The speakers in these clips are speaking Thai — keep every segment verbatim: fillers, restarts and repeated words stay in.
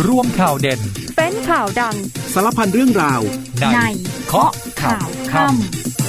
ร่วมข่าวเด่นเป็นข่าวดังสารพันเรื่องราวในเคาะข่าวค่ำ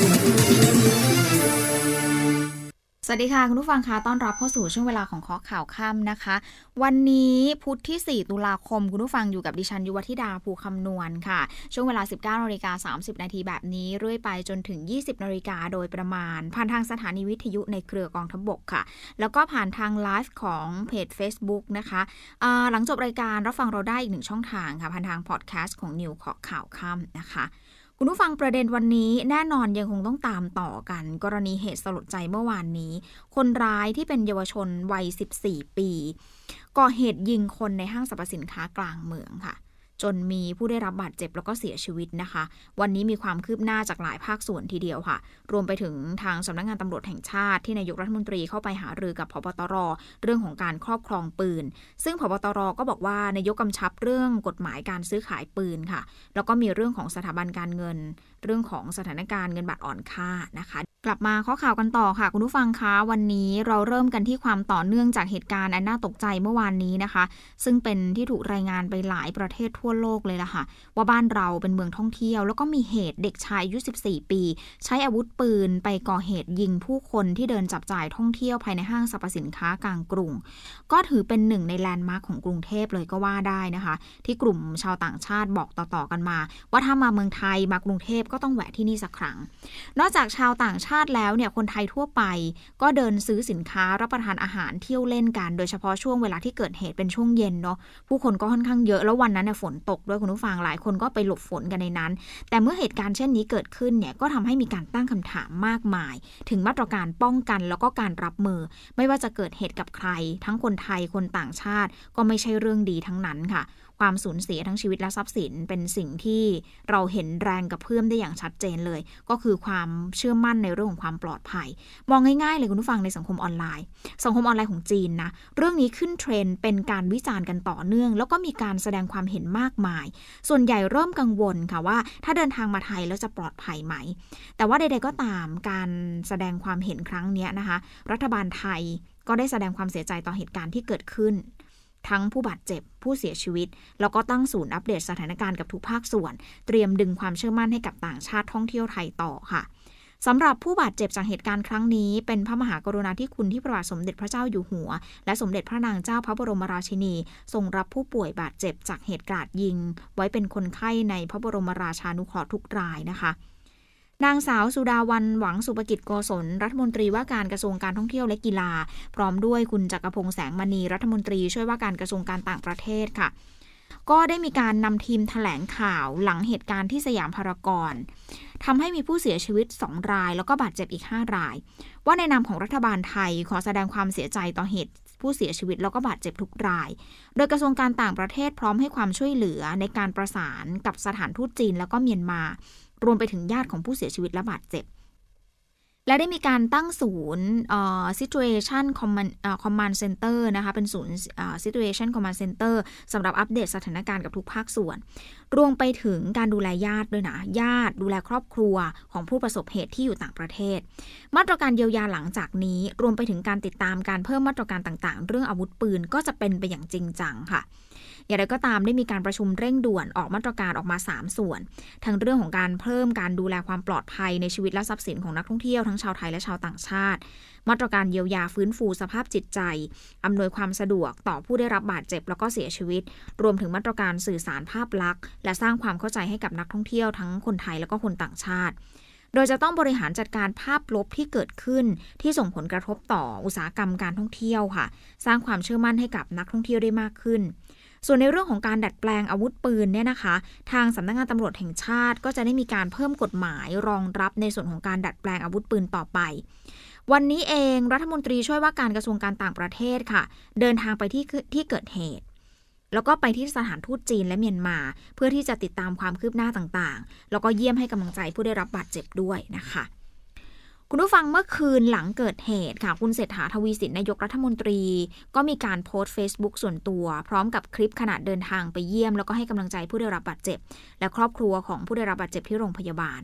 สวัสดีค่ะคุณผู้ฟังคะต้อนรับเข้าสู่ช่วงเวลาของเคาะข่าวค่ำนะคะวันนี้พุธที่สี่ตุลาคมคุณผู้ฟังอยู่กับดิฉันยุวธิดาภูคำนวณค่ะช่วงเวลา สิบเก้านาฬิกาสามสิบนาทีแบบนี้เรื่อยไปจนถึง ยี่สิบนาฬิกาโดยประมาณผ่านทางสถานีวิทยุในเครือกองทัพบกค่ะแล้วก็ผ่านทางไลฟ์ของเพจ Facebook นะคะหลังจบรายการรับฟังเราได้อีกหนึ่งช่องทางค่ะผ่านทางพอดแคสต์ของนิวเคาะข่าวค่ำนะคะคุณผู้ฟังประเด็นวันนี้แน่นอนยังคงต้องตามต่อกันกรณีเหตุสลดใจเมื่อวานนี้คนร้ายที่เป็นเยาวชนวัยสิบสี่ปีก่อเหตุยิงคนในห้างสรรพสินค้ากลางเมืองค่ะจนมีผู้ได้รับบาดเจ็บแล้วก็เสียชีวิตนะคะวันนี้มีความคืบหน้าจากหลายภาคส่วนทีเดียวค่ะรวมไปถึงทางสำนักงานตำรวจแห่งชาติที่นายกรัฐมนตรีเข้าไปหารือกับผบ.ตร.เรื่องของการครอบครองปืนซึ่งผบ.ตร.ก็บอกว่านายกกำชับเรื่องกฎหมายการซื้อขายปืนค่ะแล้วก็มีเรื่องของสถาบันการเงินเรื่องของสถานการณ์เงินบาทอ่อนค่านะคะกลับมาข้อข่าวกันต่อค่ะคุณผู้ฟังคะวันนี้เราเริ่มกันที่ความต่อเนื่องจากเหตุการณ์อันน่าตกใจเมื่อวานนี้นะคะซึ่งเป็นที่ถูกรายงานไปหลายประเทศทั่วโลกเลยล่ะค่ะว่าบ้านเราเป็นเมืองท่องเที่ยวแล้วก็มีเหตุเด็กชายอายุสิบสี่ปีใช้อาวุธปืนไปก่อเหตุยิงผู้คนที่เดินจับจ่ายท่องเที่ยวภายในห้างสรรพสินค้ากลางกรุงก็ถือเป็นหนึ่งในแลนด์มาร์คของกรุงเทพเลยก็ว่าได้นะคะที่กลุ่มชาวต่างชาติบอกต่อๆกันมาว่าถ้ามาเมืองไทยมากรุงเทพก็ต้องแวะที่นี่สักครั้งนอกจากชาวต่างชาติแล้วเนี่ยคนไทยทั่วไปก็เดินซื้อสินค้ารับประทานอาหารเที่ยวเล่นกันโดยเฉพาะช่วงเวลาที่เกิดเหตุเป็นช่วงเย็นเนาะผู้คนก็ค่อนข้างเยอะแล้ววันนั้นเนี่ยฝนตกด้วยคุณผู้ฟังหลายคนก็ไปหลบฝนกันในนั้นแต่เมื่อเหตุการณ์เช่นนี้เกิดขึ้นเนี่ยก็ทำให้มีการตั้งคำถามมากมายถึงมาตรการป้องกันแล้วก็การรับมือไม่ว่าจะเกิดเหตุกับใครทั้งคนไทยคนต่างชาติก็ไม่ใช่เรื่องดีทั้งนั้นค่ะความสูญเสียทั้งชีวิตและทรัพย์สินเป็นสิ่งที่เราเห็นแรงกระเพื่อมได้อย่างชัดเจนเลยก็คือความเชื่อมั่นในเรื่องของความปลอดภัยมองง่ายๆเลยคุณผู้ฟังในสังคมออนไลน์สังคมออนไลน์ของจีนนะเรื่องนี้ขึ้นเทรนด์เป็นการวิจารณ์กันต่อเนื่องแล้วก็มีการแสดงความเห็นมากมายส่วนใหญ่เริ่มกังวลค่ะว่าถ้าเดินทางมาไทยแล้วจะปลอดภัยไหมแต่ว่าใดๆก็ตามการแสดงความเห็นครั้งนี้นะคะรัฐบาลไทยก็ได้แสดงความเสียใจต่อเหตุการณ์ที่เกิดขึ้นทั้งผู้บาดเจ็บผู้เสียชีวิตแล้วก็ตั้งศูนย์อัปเดตสถานการณ์กับทุกภาคส่วนเตรียมดึงความเชื่อมั่นให้กับต่างชาติท่องเที่ยวไทยต่อค่ะสำหรับผู้บาดเจ็บจากเหตุการณ์ครั้งนี้เป็นพระมหากรุณาธิคุณที่พระบาทสมเด็จพระเจ้าอยู่หัวและสมเด็จพระนางเจ้าพระบรมราชินีทรงรับผู้ป่วยบาดเจ็บจากเหตุกราดยิงไว้เป็นคนไข้ในพระบรมราชานุเคราะห์ทุกรายนะคะนางสาวสุดาวันหวังสุภกิจโกศลรัฐมนตรีว่าการกระทรวงการท่องเที่ยวและกีฬาพร้อมด้วยคุณจักรพงษ์แสงมณีรัฐมนตรีช่วยว่าการกระทรวงการต่างประเทศค่ะก็ได้มีการนำทีมแถลงข่าวหลังเหตุการณ์ที่สยามพารากอนทำให้มีผู้เสียชีวิตสองรายแล้วก็บาดเจ็บอีกห้ารายว่าในนามของรัฐบาลไทยขอแสดงความเสียใจต่อเหตุผู้เสียชีวิตแล้วก็บาดเจ็บทุกรายโดยกระทรวงการต่างประเทศพร้อมให้ความช่วยเหลือในการประสานกับสถานทูตจีนแล้วก็เมียนมารวมไปถึงญาติของผู้เสียชีวิตและบาดเจ็บและได้มีการตั้งศูนย์ uh, Situation Command, uh, Command Center นะคะเป็นศูนย์ uh, Situation Command Center สำหรับอัปเดตสถานการณ์กับทุกภาคส่วนรวมไปถึงการดูแลญาติด้วยนะญาติดูแลครอบครัวของผู้ประสบเหตุที่อยู่ต่างประเทศมาตรการเยียวยาหลังจากนี้รวมไปถึงการติดตามการเพิ่มมาตรการต่างๆเรื่องอาวุธปืนก็จะเป็นไปอย่างจริงจังค่ะอย่างไรก็ตามได้มีการประชุมเร่งด่วนออกมาตรการออกมาสามส่วนทั้งเรื่องของการเพิ่มการดูแลความปลอดภัยในชีวิตและทรัพย์สินของนักท่องเที่ยวทั้งชาวไทยและชาวต่างชาติมาตรการเยียวยาฟื้นฟูสภาพจิตใจอำนวยความสะดวกต่อผู้ได้รับบาดเจ็บแล้วก็เสียชีวิตรวมถึงมาตรการสื่อสารภาพลักษณ์และสร้างความเข้าใจให้กับนักท่องเที่ยวทั้งคนไทยแล้วก็คนต่างชาติโดยจะต้องบริหารจัดการภาพลบที่เกิดขึ้นที่ส่งผลกระทบต่ออุตสาหกรรมการท่องเที่ยวค่ะสร้างความเชื่อมั่นให้กับนักท่องเที่ยวได้มากขึ้นส่วนในเรื่องของการดัดแปลงอาวุธปืนเนี่ยนะคะทางสำนักงานตำรวจแห่งชาติก็จะได้มีการเพิ่มกฎหมายรองรับในส่วนของการดัดแปลงอาวุธปืนต่อไปวันนี้เองรัฐมนตรีช่วยว่าการกระทรวงการต่างประเทศค่ะเดินทางไปที่ที่เกิดเหตุแล้วก็ไปที่สถานทูตจีนและเมียนมาเพื่อที่จะติดตามความคืบหน้าต่างๆแล้วก็เยี่ยมให้กำลังใจผู้ได้รับบาดเจ็บด้วยนะคะคุณผู้ฟังเมื่อคืนหลังเกิดเหตุค่ะคุณเศรษฐาทวีสินนายกรัฐมนตรีก็มีการโพสต์ Facebook ส่วนตัวพร้อมกับคลิปขณะเดินทางไปเยี่ยมแล้วก็ให้กำลังใจผู้ได้รับบาดเจ็บและครอบครัวของผู้ได้รับบาดเจ็บที่โรงพยาบาล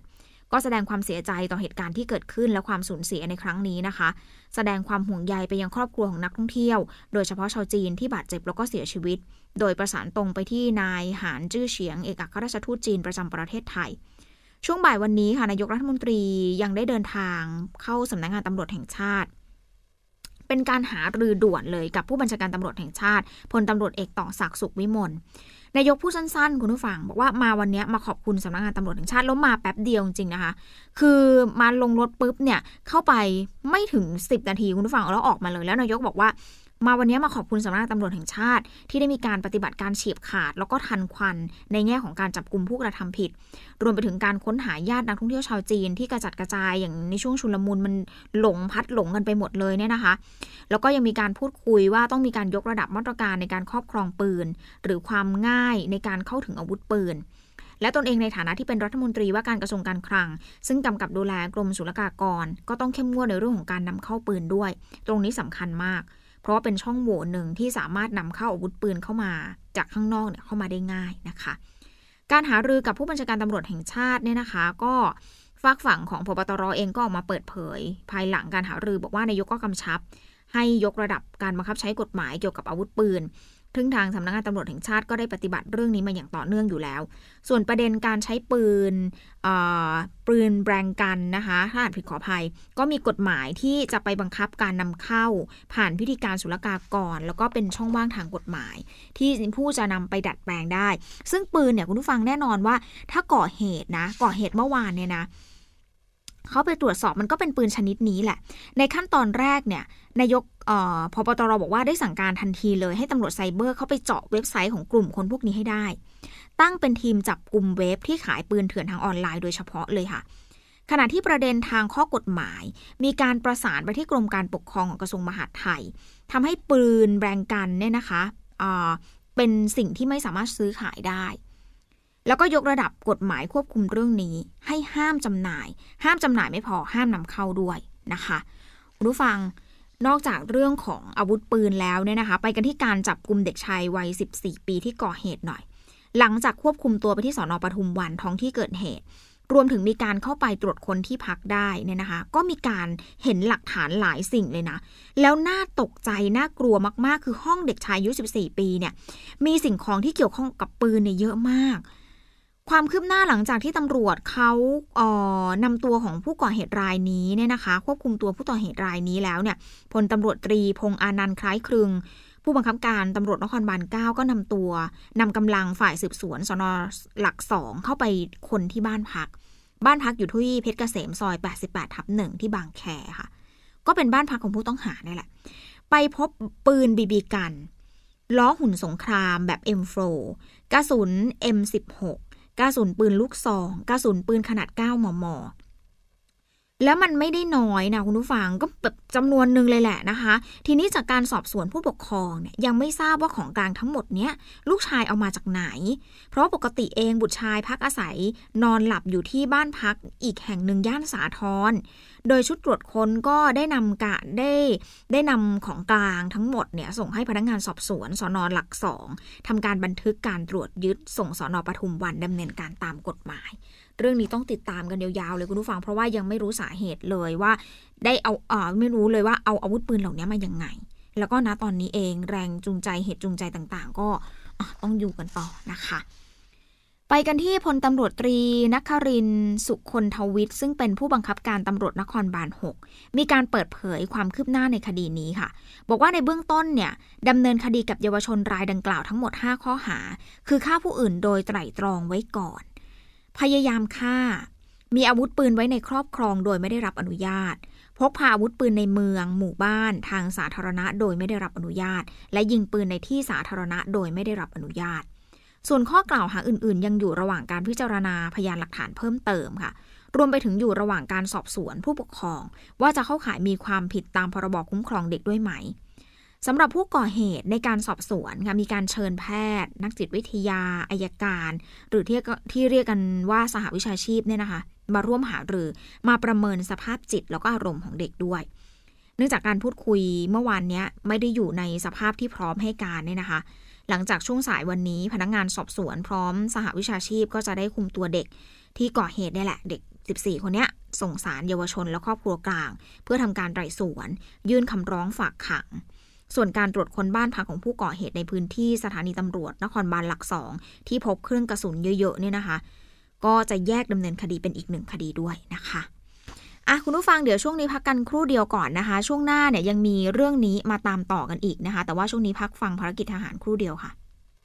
ก็แสดงความเสียใจต่อเหตุการณ์ที่เกิดขึ้นและความสูญเสียในครั้งนี้นะคะแสดงความห่วงใยไปยังครอบครัวของนักท่องเที่ยวโดยเฉพาะชาวจีนที่บาดเจ็บแล้วก็เสียชีวิตโดยประสานตรงไปที่นายหานจื้อเฉียงเอกอัครราชทูตจีนประจำประเทศไทยช่วงบ่ายวันนี้ค่ะนายกรัฐมนตรียังได้เดินทางเข้าสำนักงานตำรวจแห่งชาติเป็นการหารือด่วนเลยกับผู้บัญชาการตำรวจแห่งชาติพลตำรวจเอกต่อศักดิ์สุขวิมลนายกพูดสั้นๆคุณผู้ฟังบอกว่ามาวันนี้มาขอบคุณสำนักงานตำรวจแห่งชาติแล้วมาแป๊บเดียวจริงๆนะคะคือมาลงรถปุ๊บเนี่ยเข้าไปไม่ถึงสิบนาทีคุณผู้ฟังแล้วออกมาเลยแล้วนายกบอกว่ามาวันนี้มาขอบคุณสำนักงานตำรวจแห่งชาติที่ได้มีการปฏิบัติการเฉียบขาดแล้วก็ทันควันในแง่ของการจับกุมผู้กระทำผิดรวมไปถึงการค้นหาญาตินักท่องเที่ยวชาวจีนที่กระจัดกระจายอย่างในช่วงชุลมุนมันหลงพัดหลงกันไปหมดเลยเนี่ยนะคะแล้วก็ยังมีการพูดคุยว่าต้องมีการยกระดับมาตรการในการครอบครองปืนหรือความง่ายในการเข้าถึงอาวุธปืนและตนเองในฐานะที่เป็นรัฐมนตรีว่าการกระทรวงการคลังซึ่งกำกับดูแลกรมศุลกากรก็ต้องเข้มงวดในเรื่องของการนำเข้าปืนด้วยตรงนี้สำคัญมากเพราะว่าเป็นช่องโหว่หนึ่งที่สามารถนำเข้าอาวุธปืนเข้ามาจากข้างนอกเนี่ยเข้ามาได้ง่ายนะคะการหารือกับผู้บัญชาการตำรวจแห่งชาติเนี่ยนะคะก็ฝากฝั่งของผบ.ตร.เองก็ออกมาเปิดเผยภายหลังการหารือบอกว่านายกก็กำชับให้ยกระดับการบังคับใช้กฎหมายเกี่ยวกับอาวุธปืนซึ่งทางสำนักงานตำรวจแห่งชาติก็ได้ปฏิบัติเรื่องนี้มาอย่างต่อเนื่องอยู่แล้วส่วนประเด็นการใช้ปืนปืนแบงกันนะคะถ้าอ่านผิดขออภัยก็มีกฎหมายที่จะไปบังคับการนำเข้าผ่านพิธีการศุลกากรแล้วก็เป็นช่องว่างทางกฎหมายที่ผู้จะนำไปดัดแปลงได้ซึ่งปืนเนี่ยคุณผู้ฟังแน่นอนว่าถ้าก่อเหตุนะก่อเหตุเมื่อวานเนี่ยนะเขาไปตรวจสอบมันก็เป็นปืนชนิดนี้แหละในขั้นตอนแรกเนี่ยนายกผบ.ตร.บอกว่าได้สั่งการทันทีเลยให้ตำรวจไซเบอร์เข้าไปเจาะเว็บไซต์ของกลุ่มคนพวกนี้ให้ได้ตั้งเป็นทีมจับกลุ่มเว็บที่ขายปืนเถื่อนทางออนไลน์โดยเฉพาะเลยค่ะขณะที่ประเด็นทางข้อกฎหมายมีการประสานไปที่กรมการปกครองของกระทรวงมหาดไทยทำให้ปืนแบงกันเนี่ยนะคะเป็นสิ่งที่ไม่สามารถซื้อขายได้แล้วก็ยกระดับกฎหมายควบคุมเรื่องนี้ให้ห้ามจำหน่ายห้ามจำหน่ายไม่พอห้ามนำเข้าด้วยนะคะคุณผู้ฟังนอกจากเรื่องของอาวุธปืนแล้วเนี่ยนะคะไปกันที่การจับกุมเด็กชายวัยสิบสี่ปีที่ก่อเหตุหน่อยหลังจากควบคุมตัวไปที่สน.ปทุมวันท้องที่เกิดเหตุรวมถึงมีการเข้าไปตรวจค้นที่พักได้เนี่ยนะคะก็มีการเห็นหลักฐานหลายสิ่งเลยนะแล้วน่าตกใจน่ากลัวมากๆคือห้องเด็กชายอายุสิบสี่ปีเนี่ยมีสิ่งของที่เกี่ยวข้องกับปืนเนี่ยเยอะมากความคืบหน้าหลังจากที่ตำรวจเขาเอ่อนำตัวของผู้ก่อเหตุรายนี้เนี่ยนะคะควบคุมตัวผู้ก่อเหตุรายนี้แล้วเนี่ยพลตำรวจตรีพงษ์อานันต์คล้ายคลึงผู้บังคับการตำรวจนครบาลเก้าก็นำตัวนำกำลังฝ่ายสืบสวนสน.หลักสองเข้าไปค้นที่บ้านพักบ้านพักอยู่ที่เพชรเกษมซอยแปดสิบแปดทับหนึ่งที่บางแคค่ะก็เป็นบ้านพักของผู้ต้องหานี่แหละไปพบปืนบีบีกันล้อหุ่นสงครามแบบ เอ็ม โฟร์ กระสุน เอ็ม สิบหกกระสุนปืนลูกซองกระสุนปืนขนาดเก้ามม.แล้วมันไม่ได้น้อยนะคุณผู้ฟังก็แบบจำนวนหนึ่งเลยแหละนะคะทีนี้จากการสอบสวนผู้ปกครองเนี่ยยังไม่ทราบว่าของกลางทั้งหมดเนี้ยลูกชายเอามาจากไหนเพราะปกติเองบุตรชายพักอาศัยนอนหลับอยู่ที่บ้านพักอีกแห่งหนึ่งย่านสาทรโดยชุดตรวจค้นก็ได้นำกะได้ได้นำของกลางทั้งหมดเนี่ยส่งให้พนักงานสอบสวนสน.หลักสองทำการบันทึกการตรวจยึดส่งสน.ปทุมวันดำเนินการตามกฎหมายเรื่องนี้ต้องติดตามกันยาวๆเลยคุณผู้ฟังเพราะว่ายังไม่รู้สาเหตุเลยว่าได้เอาเอ่อไม่รู้เลยว่าเอาอาวุธปืนเหล่านี้มายังไงแล้วก็ณตอนนี้เองแรงจูงใจเหตุจูงใจต่างๆก็ต้องอยู่กันต่อนะคะไปกันที่พลตำรวจตรีนครินทร์สุคนทวิทย์ซึ่งเป็นผู้บังคับการตำรวจนครบาลหกมีการเปิดเผยความคืบหน้าในคดีนี้ค่ะบอกว่าในเบื้องต้นเนี่ยดำเนินคดีกับเยาวชนรายดังกล่าวทั้งหมดห้าข้อหาคือฆ่าผู้อื่นโดยไตร่ตรองไว้ก่อนพยายามฆ่ามีอาวุธปืนไว้ในครอบครองโดยไม่ได้รับอนุญาตพกพาอาวุธปืนในเมืองหมู่บ้านทางสาธารณะโดยไม่ได้รับอนุญาตและยิงปืนในที่สาธารณะโดยไม่ได้รับอนุญาตส่วนข้อกล่าวหาอื่นๆยังอยู่ระหว่างการพิจารณาพยานหลักฐานเพิ่มเติมค่ะรวมไปถึงอยู่ระหว่างการสอบสวนผู้ปกครองว่าจะเข้าข่ายมีความผิดตามพรบคุ้มครองเด็กด้วยไหมสำหรับผู้ก่อเหตุในการสอบสวนค่ะมีการเชิญแพทย์นักจิตวิทยาอัยการหรือที่ที่เรียกกันว่าสหวิชาชีพเนี่ยนะคะมาร่วมหารือมาประเมินสภาพจิตแล้วก็อารมณ์ของเด็กด้วยเนื่องจากการพูดคุยเมื่อวานนี้ไม่ได้อยู่ในสภาพที่พร้อมให้การเนี่ยนะคะหลังจากช่วงสายวันนี้พนักงานสอบสวนพร้อมสหวิชาชีพก็จะได้คุมตัวเด็กที่ก่อเหตุนี่แหละเด็กสิบสี่คนเนี้ยส่งศาลเยาวชนและครอบครัวกลางเพื่อทำการไต่สวนยื่นคำร้องฝากขังส่วนการตรวจค้นบ้านพักของผู้ก่อเหตุในพื้นที่สถานีตำรวจนครบาลหลักสองที่พบเครื่องกระสุนเยอะๆเนี่ยนะคะก็จะแยกดำเนินคดีเป็นอีกหนึ่งคดีด้วยนะคะอ่ะคุณผู้ฟังเดี๋ยวช่วงนี้พักกันครู่เดียวก่อนนะคะช่วงหน้าเนี่ยยังมีเรื่องนี้มาตามต่อกันอีกนะคะแต่ว่าช่วงนี้พักฟังภารกิจทหารครู่เดียวค่ะ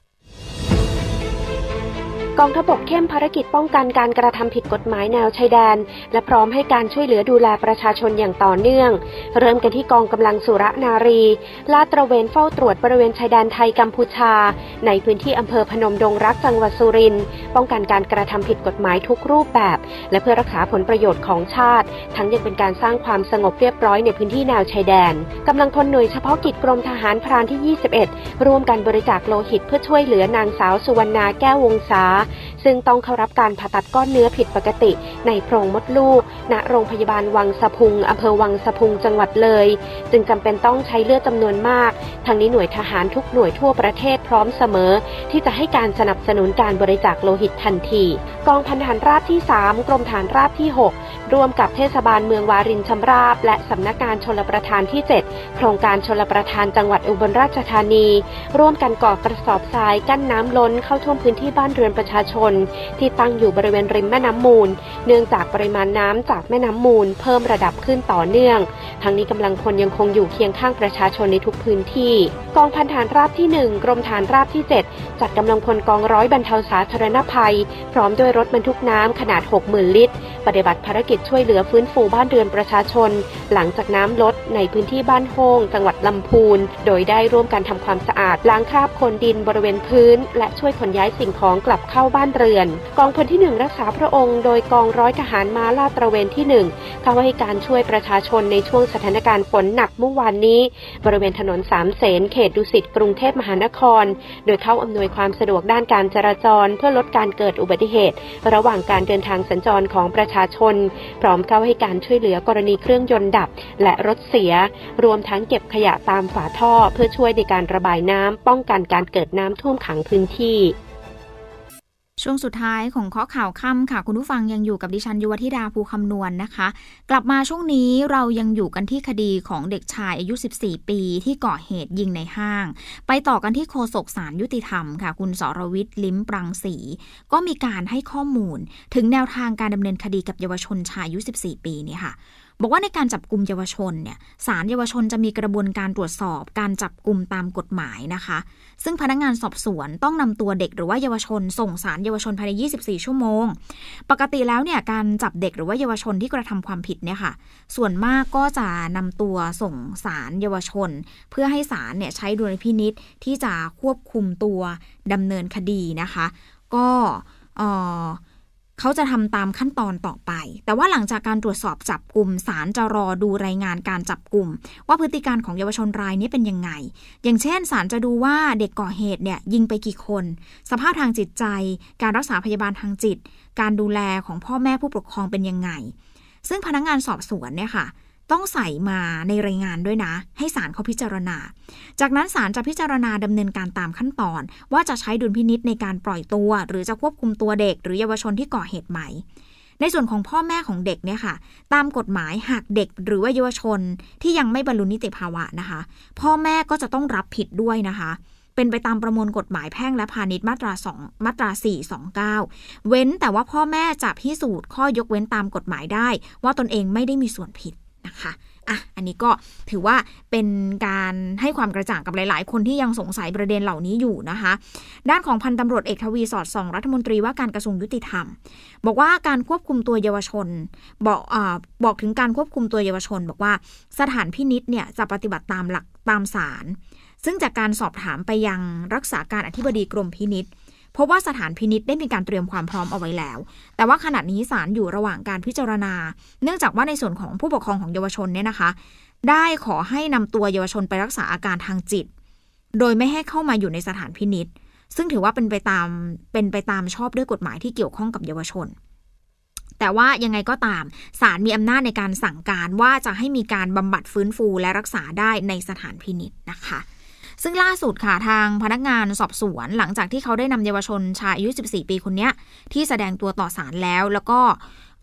กองทัพบกเข้มภารกิจป้องกันการกระทำผิดกฎหมายแนวชายแดนและพร้อมให้การช่วยเหลือดูแลประชาชนอย่างต่อเนื่องเริ่มกันที่กองกำลังสุรนารีลาดตระเวนเฝ้าตรวจบริเวณชายแดนไทยกัมพูชาในพื้นที่อำเภอพนมดงรักจังหวัดสุรินทร์ป้องกันการกระทำผิดกฎหมายทุกรูปแบบและเพื่อรักษาผลประโยชน์ของชาติทั้งยังเป็นการสร้างความสงบเรียบร้อยในพื้นที่แนวชายแดนกำลังพลหน่วยเฉพาะกิจกรมทหารพรานที่ยี่สิบเอ็ดร่วมกันบริจาคโลหิตเพื่อช่วยเหลือนางสาวสุวรรณาแก้ววงศาซึ่งต้องเข้ารับการผ่าตัดก้อนเนื้อผิดปกติในโพรงมดลูกณโรงพยาบาลวังสะพุงอำเภอวังสะพุงจังหวัดเลยจึงจำเป็นต้องใช้เลือดจำนวนมากทั้งนี้หน่วยทหารทุกหน่วยทั่วประเทศพร้อมเสมอที่จะให้การสนับสนุนการบริจาคโลหิตทันทีกองพันทหารราบที่สามกรมทหารราบที่หกร่วมกับเทศบาลเมืองวารินชำราบและสำนักงานชลประทานที่เจ็ดโครงการชลประทานจังหวัดอุบลราชธานีร่วมกันก่อกระสอบทรายกั้นน้ำล้นเข้าท่วมพื้นที่บ้านเรือนประชาชนที่ตั้งอยู่บริเวณริมแม่น้ำมูลเนื่องจากปริมาณน้ำจากแม่น้ำมูลเพิ่มระดับขึ้นต่อเนื่องทั้งนี้กำลังพลยังคงอยู่เคียงข้างประชาชนในทุกพื้นที่กองพันทหารราบที่หนึ่งกรมทหารราบที่เจ็ดจัดกำลังพลกองร้อยบรรเทาสาธารณภัยพร้อมด้วยรถบรรทุกน้ำขนาด หกหมื่น ลิตรปฏิบัติภารกิจช่วยเหลือฟื้นฟูบ้านเรือนประชาชนหลังจากน้ำลดในพื้นที่บ้านโฮงจังหวัดลำพูนโดยได้ร่วมกันทำความสะอาดล้างคราบโคลนดินบริเวณพื้นและช่วยขนย้ายสิ่งของกลับเข้าบ้านเรือนกองพลที่หนึ่งรักษาพระองค์โดยกองร้อยทหารม้าลาดตระเวนที่หนึ่งเข้าให้การช่วยประชาชนในช่วงสถานการณ์ฝนหนักเมื่อวานนี้บริเวณถนนสามเสนเขตดุสิตกรุงเทพมหานครโดยเข้าอำนวยความสะดวกด้านการจราจรเพื่อลดการเกิดอุบัติเหตุระหว่างการเดินทางสัญจรของประชาชนพร้อมเข้าให้การช่วยเหลือกรณีเครื่องยนต์ดับและรถเสียรวมทั้งเก็บขยะตามฝาท่อเพื่อช่วยในการระบายน้ำป้องกันการเกิดน้ำท่วมขังพื้นที่ช่วงสุดท้ายของข้อข่าวค่ำค่ะคุณผู้ฟังยังอยู่กับดิฉันยุวธิดาภูคำนวณ นะคะกลับมาช่วงนี้เรายังอยู่กันที่คดีของเด็กชายอายุสิบสี่ปีที่ก่อเหตุยิงในห้างไปต่อกันที่โฆษกศาลยุติธรรมค่ะคุณสรวิทย์ลิ้มปรังศรีก็มีการให้ข้อมูลถึงแนวทางการดำเนินคดีกับเยาวชนชายอายุสิบสี่ปีเนี่ยค่ะบอกว่าในการจับกุมเยาวชนเนี่ยศาลเยาวชนจะมีกระบวนการตรวจสอบการจับกุมตามกฎหมายนะคะซึ่งพนักงานสอบสวนต้องนำตัวเด็กหรือว่าเยาวชนส่งศาลเยาวชนภายในยี่สิบสี่ชั่วโมงปกติแล้วเนี่ยการจับเด็กหรือว่าเยาวชนที่กระทำความผิดเนี่ยค่ะส่วนมากก็จะนำตัวส่งศาลเยาวชนเพื่อให้ศาลเนี่ยใช้ดุลพินิจที่จะควบคุมตัวดำเนินคดีนะคะก็เอ่อเขาจะทำตามขั้นตอนต่อไปแต่ว่าหลังจากการตรวจสอบจับกุมศาลจะรอดูรายงานการจับกุมว่าพฤติการของเยาวชนรายนี้เป็นยังไงอย่างเช่นศาลจะดูว่าเด็กก่อเหตุเนี่ยยิงไปกี่คนสภาพทางจิตใจการรักษาพยาบาลทางจิตการดูแลของพ่อแม่ผู้ปกครองเป็นยังไงซึ่งพนักงานสอบสวนเนี่ยค่ะต้องใส่มาในรายงานด้วยนะให้ศาลเขาพิจารณาจากนั้นศาลจะพิจารณาดำเนินการตามขั้นตอนว่าจะใช้ดุลพินิจในการปล่อยตัวหรือจะควบคุมตัวเด็กหรือเยาวชนที่ก่อเหตุใหม่ในส่วนของพ่อแม่ของเด็กเนี่ยค่ะตามกฎหมายหากเด็กหรือว่าเยาวชนที่ยังไม่บรรลุนิติภาวะนะคะพ่อแม่ก็จะต้องรับผิดด้วยนะคะเป็นไปตามประมวลกฎหมายแพ่งและพาณิชย์มาตราสองมาตราสี่สองเก้าเว้นแต่ว่าพ่อแม่จะพิสูจน์ข้อยกเว้นตามกฎหมายได้ว่าตนเองไม่ได้มีส่วนผิดนะคะอ่ะอันนี้ก็ถือว่าเป็นการให้ความกระจ่างกับหลายๆคนที่ยังสงสัยประเด็นเหล่านี้อยู่นะคะด้านของพันตำรวจเอกทวีสอดส่องรัฐมนตรีว่าการกระทรวงยุติธรรมบอกว่าการควบคุมตัวเยาวชนบอกอ่าบอกถึงการควบคุมตัวเยาวชนบอกว่าสถานพินิจเนี่ยจะปฏิบัติตามหลักตามศาลซึ่งจากการสอบถามไปยังรักษาการอธิบดีกรมพินิจเพราะว่าสถานพินิจได้มีการเตรียมความพร้อมเอาไว้แล้วแต่ว่าขณะนี้ศาลอยู่ระหว่างการพิจารณาเนื่องจากว่าในส่วนของผู้ปกครองของเยาวชนเนี่ยนะคะได้ขอให้นำตัวเยาวชนไปรักษาอาการทางจิตโดยไม่ให้เข้ามาอยู่ในสถานพินิจซึ่งถือว่าเป็นไปตามเป็นไปตามชอบด้วยกฎหมายที่เกี่ยวข้องกับเยาวชนแต่ว่ายังไงก็ตามศาลมีอำนาจในการสั่งการว่าจะให้มีการบำบัดฟื้นฟูและรักษาได้ในสถานพินิจนะคะซึ่งล่าสุดค่ะทางพนักงานสอบสวนหลังจากที่เขาได้นำเยาวชนชายอายุสิบสี่ปีคนนี้ที่แสดงตัวต่อศาลแล้วแล้วก็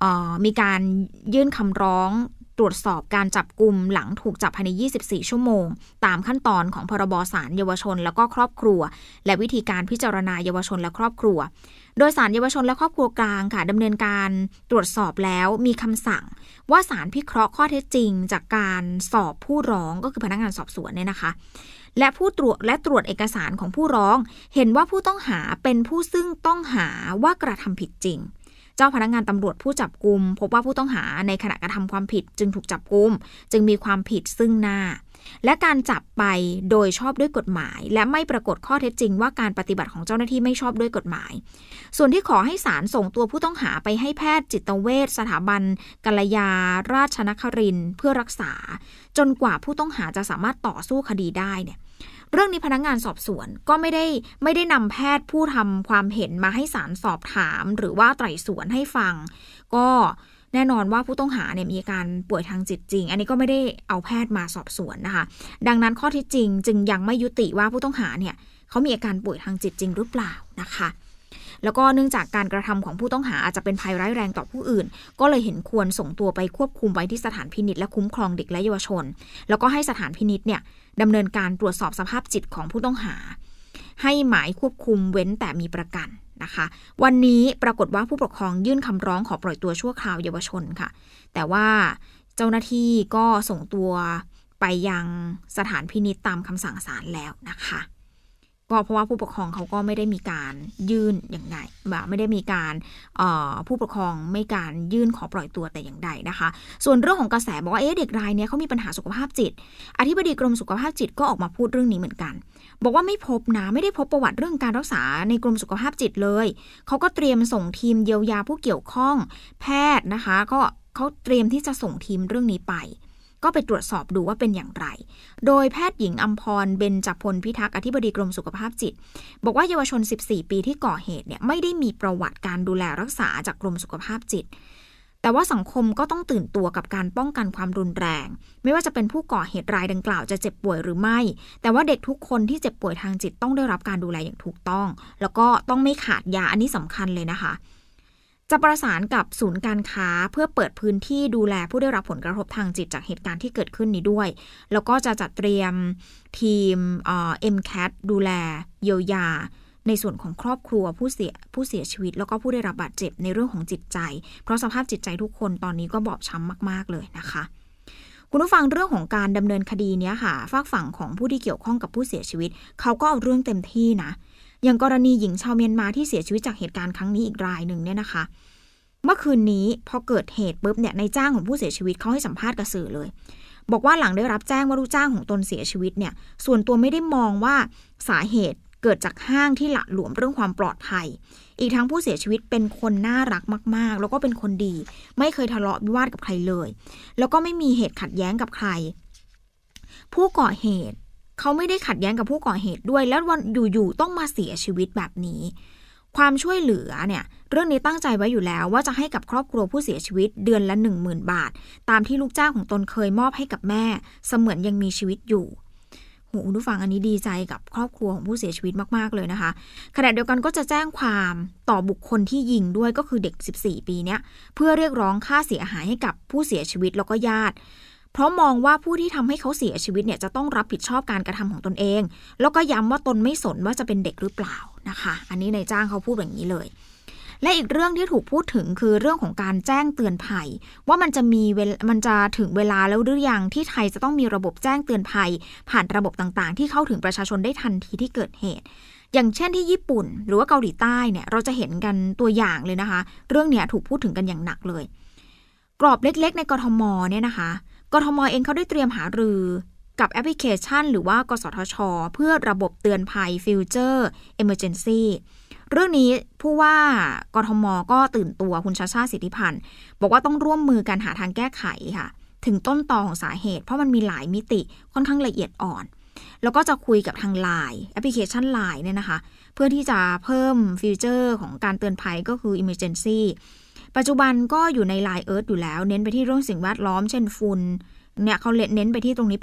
มีการยื่นคำร้องตรวจสอบการจับกุมหลังถูกจับภายในยี่สิบสี่ชั่วโมงตามขั้นตอนของพรบศาลเยาวชนและก็ครอบครัวและวิธีการพิจารณาเยาวชนและครอบครัวโดยศาลเยาวชนและครอบครัวกลางค่ะดำเนินการตรวจสอบแล้วมีคำสั่งว่าศาลพิเคราะห์ข้อเท็จจริงจากการสอบผู้ร้องก็คือพนักงานสอบสวนเนี่ยนะคะและผู้ตรวจและตรวจเอกสารของผู้ร้องเห็นว่าผู้ต้องหาเป็นผู้ซึ่งต้องหาว่ากระทำผิดจริงเจ้าพนักงานตำรวจผู้จับกุมพบว่าผู้ต้องหาในขณะกระทำความผิดจึงถูกจับกุมจึงมีความผิดซึ่งหน้าและการจับไปโดยชอบด้วยกฎหมายและไม่ปรากฏข้อเท็จจริงว่าการปฏิบัติของเจ้าหน้าที่ไม่ชอบด้วยกฎหมายส่วนที่ขอให้ศาลส่งตัวผู้ต้องหาไปให้แพทย์จิตเวชสถาบันกัลยาราชนครินทร์เพื่อรักษาจนกว่าผู้ต้องหาจะสามารถต่อสู้คดีได้เนี่ยเรื่องนี้พนักงานสอบสวนก็ไม่ได้ไม่ได้นำแพทย์ผู้ทำความเห็นมาให้ศาลสอบถามหรือว่าไตร่สวนให้ฟังก็แน่นอนว่าผู้ต้องหาเนี่ยมีอาการป่วยทางจิตจริงอันนี้ก็ไม่ได้เอาแพทย์มาสอบสวนนะคะดังนั้นข้อเท็จจริงจึงยังไม่ยุติว่าผู้ต้องหาเนี่ยเขามีอาการป่วยทางจิตจริงหรือเปล่านะคะแล้วก็เนื่องจากการกระทำของผู้ต้องหาอาจจะเป็นภัยร้ายแรงต่อผู้อื่นก็เลยเห็นควรส่งตัวไปควบคุมไว้ที่สถานพินิจและคุ้มครองเด็กและเยาวชนแล้วก็ให้สถานพินิจเนี่ยดำเนินการตรวจสอบสภาพจิตของผู้ต้องหาให้หมายควบคุมเว้นแต่มีประกันนะคะวันนี้ปรากฏว่าผู้ปกครองยื่นคำร้องขอปล่อยตัวชั่วคราวเยาวชนค่ะแต่ว่าเจ้าหน้าที่ก็ส่งตัวไปยังสถานพินิจตามคำสั่งศาลแล้วนะคะก็เพราะว่าผู้ปกครองเขาก็ไม่ได้มีการยื่นอย่างไรแบบไม่ได้มีการผู้ปกครองไม่การยื่นขอปล่อยตัวแต่อย่างใดนะคะส่วนเรื่องของกระแสบอกว่าเอ๊ะเด็กรายนี้เขามีปัญหาสุขภาพจิตอธิบดีกรมสุขภาพจิตก็ออกมาพูดเรื่องนี้เหมือนกันบอกว่าไม่พบนะไม่ได้พบประวัติเรื่องการรักษาในกรมสุขภาพจิตเลยเขาก็เตรียมส่งทีมเยียวยาผู้เกี่ยวข้องแพทย์นะคะก็เขาเตรียมที่จะส่งทีมเรื่องนี้ไปก็ไปตรวจสอบดูว่าเป็นอย่างไรโดยแพทย์หญิงอัมพรเบญจพลพิทักษ์อธิบดีกรมสุขภาพจิตบอกว่าเยาวชนสิบสี่ปีที่ก่อเหตุเนี่ยไม่ได้มีประวัติการดูแลรักษาจากกรมสุขภาพจิตแต่ว่าสังคมก็ต้องตื่นตัวกับการป้องกันความรุนแรงไม่ว่าจะเป็นผู้ก่อเหตุรายดังกล่าวจะเจ็บป่วยหรือไม่แต่ว่าเด็กทุกคนที่เจ็บป่วยทางจิตต้องได้รับการดูแลอย่างถูกต้องแล้วก็ต้องไม่ขาดยาอันนี้สำคัญเลยนะคะจะประสานกับศูนย์การค้าเพื่อเปิดพื้นที่ดูแลผู้ได้รับผลกระทบทางจิตจากเหตุการณ์ที่เกิดขึ้นนี้ด้วยแล้วก็จะจัดเตรียมทีมเอ่อ เอ็ม แคท ดูแลเยียวยาในส่วนของครอบครัวผู้เสียผู้เสียชีวิตแล้วก็ผู้ได้รับบาดเจ็บในเรื่องของจิตใจเพราะสภาพจิตใจทุกคนตอนนี้ก็บอบช้ำมากๆเลยนะคะคุณผู้ฟังเรื่องของการดำเนินคดีนี้ค่ะฝากฝั่งของผู้ที่เกี่ยวข้องกับผู้เสียชีวิตเขาก็เอาเรื่องเต็มที่นะอย่างกรณีหญิงชาวเมียนมาที่เสียชีวิตจากเหตุการณ์ครั้งนี้อีกรายหนึ่งเนี่ยนะคะเมื่อคืนนี้พอเกิดเหตุปุ๊บเนี่ยในจ้างของผู้เสียชีวิตเขาให้สัมภาษณ์กับสื่อเลยบอกว่าหลังได้รับแจ้งว่าลูกจ้างของตนเสียชีวิตเนี่ยส่วนตัวไม่ได้มองว่าสาเหตุเกิดจากห้างที่หละหลวมเรื่องความปลอดภัยอีกทั้งผู้เสียชีวิตเป็นคนน่ารักมากๆแล้วก็เป็นคนดีไม่เคยทะเลาะวิวาทกับใครเลยแล้วก็ไม่มีเหตุขัดแย้งกับใครผู้ก่อเหตุเขาไม่ได้ขัดแย้งกับผู้ก่อเหตุด้วยแล้ววันอยู่ๆต้องมาเสียชีวิตแบบนี้ความช่วยเหลือเนี่ยเรื่องนี้ตั้งใจไว้อยู่แล้วว่าจะให้กับครอบครัวผู้เสียชีวิตเดือนละ หนึ่งหมื่น บาทตามที่ลูกจ้างของตนเคยมอบให้กับแม่เสมือนยังมีชีวิตอยู่โหคุณผู้ฟังอันนี้ดีใจกับครอบครัวของผู้เสียชีวิตมากๆเลยนะคะขณะเดียวกันก็จะแจ้งความต่อบุคคลที่ยิงด้วยก็คือเด็กสิบสี่ปีเนี้ยเพื่อเรียกร้องค่าเสียหายให้กับผู้เสียชีวิตแล้วก็ญาติเพราะมองว่าผู้ที่ทำให้เขาเสียชีวิตเนี่ยจะต้องรับผิดชอบการกระทำของตนเองแล้วก็ย้ำว่าตนไม่สนว่าจะเป็นเด็กหรือเปล่านะคะอันนี้นายจ้างเขาพูดแบบนี้เลยและอีกเรื่องที่ถูกพูดถึงคือเรื่องของการแจ้งเตือนภัยว่ามันจะมีมันจะถึงเวลาแล้วหรือยังที่ไทยจะต้องมีระบบแจ้งเตือนภัยผ่านระบบต่างๆที่เข้าถึงประชาชนได้ทันทีที่เกิดเหตุอย่างเช่นที่ญี่ปุ่นหรือว่าเกาหลีใต้เนี่ยเราจะเห็นกันตัวอย่างเลยนะคะเรื่องเนี้ยถูกพูดถึงกันอย่างหนักเลยกรอบเล็กๆในกทมเนี่ยนะคะกทมเองเขาได้เตรียมหารือกับแอปพลิเคชันหรือว่ากสทช.เพื่อระบบเตือนภัย Future Emergency เรื่องนี้ผู้ว่ากทม.ก็ตื่นตัวคุณชาชาติสิทธิพันธ์บอกว่าต้องร่วมมือกันหาทางแก้ไขค่ะถึงต้นตอของสาเหตุเพราะมันมีหลายมิติค่อนข้างละเอียดอ่อนแล้วก็จะคุยกับทาง ไลน์ แอปพลิเคชัน ไลน์ เนี่ยนะคะเพื่อที่จะเพิ่มฟีเจอร์ของการเตือนภัยก็คือ Emergency ปัจจุบันก็อยู่ใน ไลน์ Earth อยู่แล้วเน้นไปที่เรื่องสิ่งแวดล้อมเช่นฝุ่นเนี่ยเขาเน้นไปที่ตรงนี้เป็นหลัก